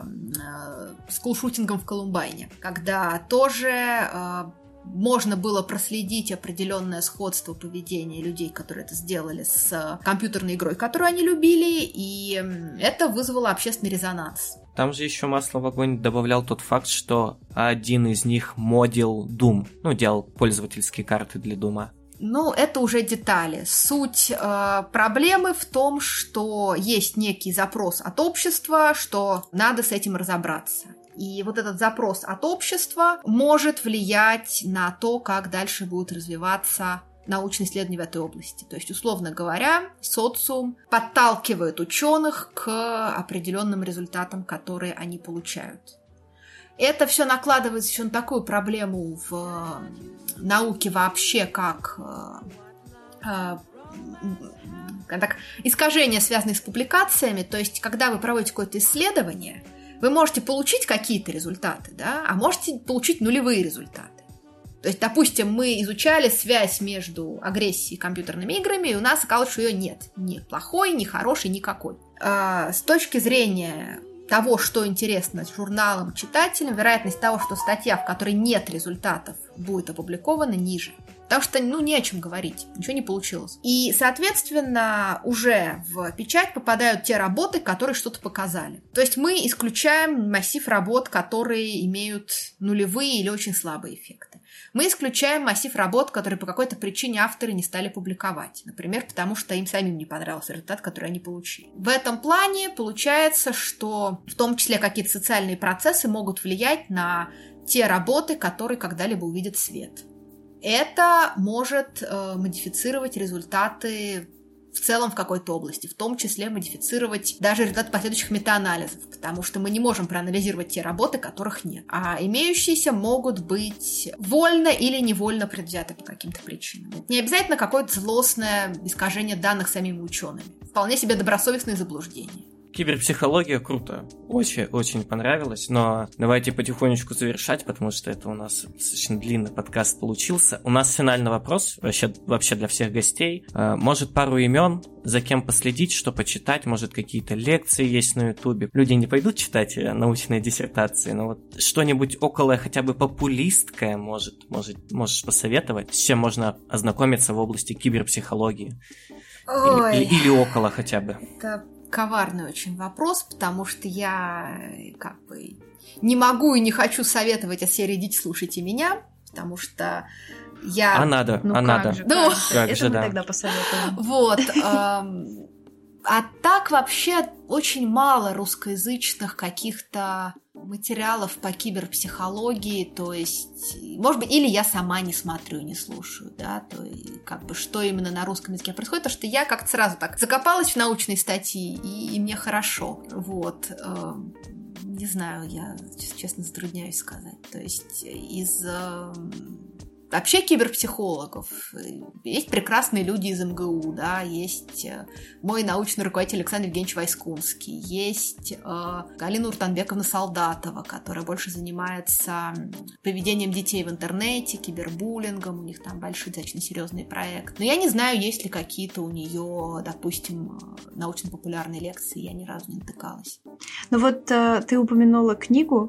скулшутингом в Колумбайне, когда тоже можно было проследить определенное сходство поведения людей, которые это сделали, с компьютерной игрой, которую они любили, и это вызвало общественный резонанс. Там же еще масло в огонь добавлял тот факт, что один из них модил Doom, делал пользовательские карты для Doom. Это уже детали. Суть проблемы в том, что есть некий запрос от общества, что надо с этим разобраться. И вот этот запрос от общества может влиять на то, как дальше будут развиваться научные исследования в этой области. То есть, условно говоря, социум подталкивает ученых к определенным результатам, которые они получают. Это все накладывается еще на такую проблему в науке вообще, как искажения, связанные с публикациями. То есть, когда вы проводите какое-то исследование, вы можете получить какие-то результаты, да, а можете получить нулевые результаты. То есть, допустим, мы изучали связь между агрессией и компьютерными играми, и у нас оказалось, что ее нет. Ни плохой, ни хороший, никакой. С точки зрения того, что интересно журналам, читателям, вероятность того, что статья, в которой нет результатов, будет опубликована, ниже. Потому что, не о чем говорить, ничего не получилось. И, соответственно, уже в печать попадают те работы, которые что-то показали. То есть мы исключаем массив работ, которые имеют нулевые или очень слабые эффекты. Мы исключаем массив работ, которые по какой-то причине авторы не стали публиковать. Например, потому что им самим не понравился результат, который они получили. В этом плане получается, что в том числе какие-то социальные процессы могут влиять на те работы, которые когда-либо увидят свет. Это может модифицировать результаты в целом в какой-то области, в том числе модифицировать даже результаты последующих метаанализов, потому что мы не можем проанализировать те работы, которых нет. А имеющиеся могут быть вольно или невольно предвзяты по каким-то причинам. Это не обязательно какое-то злостное искажение данных самими учеными. Вполне себе добросовестные заблуждения. Киберпсихология круто. Очень понравилось, но давайте потихонечку завершать, потому что это у нас достаточно длинный подкаст получился. У нас финальный вопрос, вообще для всех гостей. Может, пару имен, за кем последить, что почитать, может, какие-то лекции есть на Ютубе. Люди не пойдут читать научные диссертации, но вот что-нибудь около хотя бы популистское можешь посоветовать, с чем можно ознакомиться в области киберпсихологии. Или около хотя бы. Это коварный очень вопрос, потому что я не могу и не хочу советовать от серии «Идите, слушайте меня», потому что я... А надо, надо. Это мы тогда посоветуем. Вот. А так вообще очень мало русскоязычных каких-то материалов по киберпсихологии, то есть, может быть, или я сама не смотрю, не слушаю, да, то есть, что именно на русском языке происходит, потому что я как-то сразу так закопалась в научные статьи, и мне хорошо, вот. Не знаю, я, честно, затрудняюсь сказать, то есть, из... Вообще киберпсихологов. Есть прекрасные люди из МГУ, да, есть мой научный руководитель Александр Евгеньевич Войскунский, есть Галина Уртанбековна Солдатова, которая больше занимается поведением детей в интернете, кибербуллингом, у них там большой, достаточно серьезный проект. Но я не знаю, есть ли какие-то у нее, допустим, научно-популярные лекции, я ни разу не натыкалась. Ну вот ты упомянула книгу,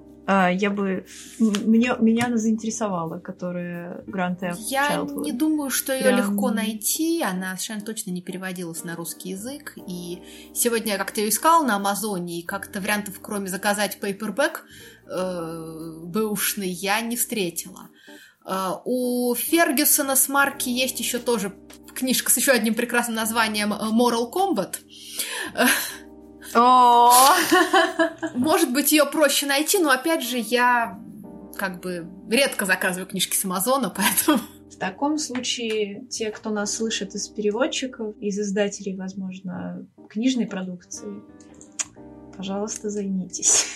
меня она заинтересовала, которая Grand Theft Я Childhood. не думаю, что ее легко найти, она совершенно точно не переводилась на русский язык, и сегодня я как-то ее искала на Амазоне, и как-то вариантов, кроме заказать пейпербэк бэушный, я не встретила. У Фергюсона с Марки есть еще тоже книжка с еще одним прекрасным названием Moral Combat. Может быть, ее проще найти, но опять же, я редко заказываю книжки с Амазона, поэтому... В таком случае, те, кто нас слышит из переводчиков, из издателей, возможно, книжной продукции, пожалуйста, займитесь.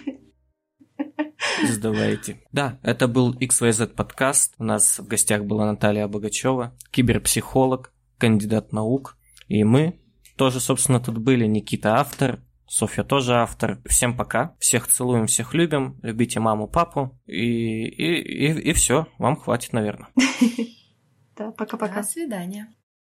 Сдавайте. Да, это был XYZ подкаст. У нас в гостях была Наталья Богачева, киберпсихолог, кандидат наук. И мы тоже, собственно, тут были. Никита автор, Софья тоже автор. Всем пока. Всех целуем, всех любим. Любите маму, папу. И все. Вам хватит, наверное. Да, пока-пока. До свидания.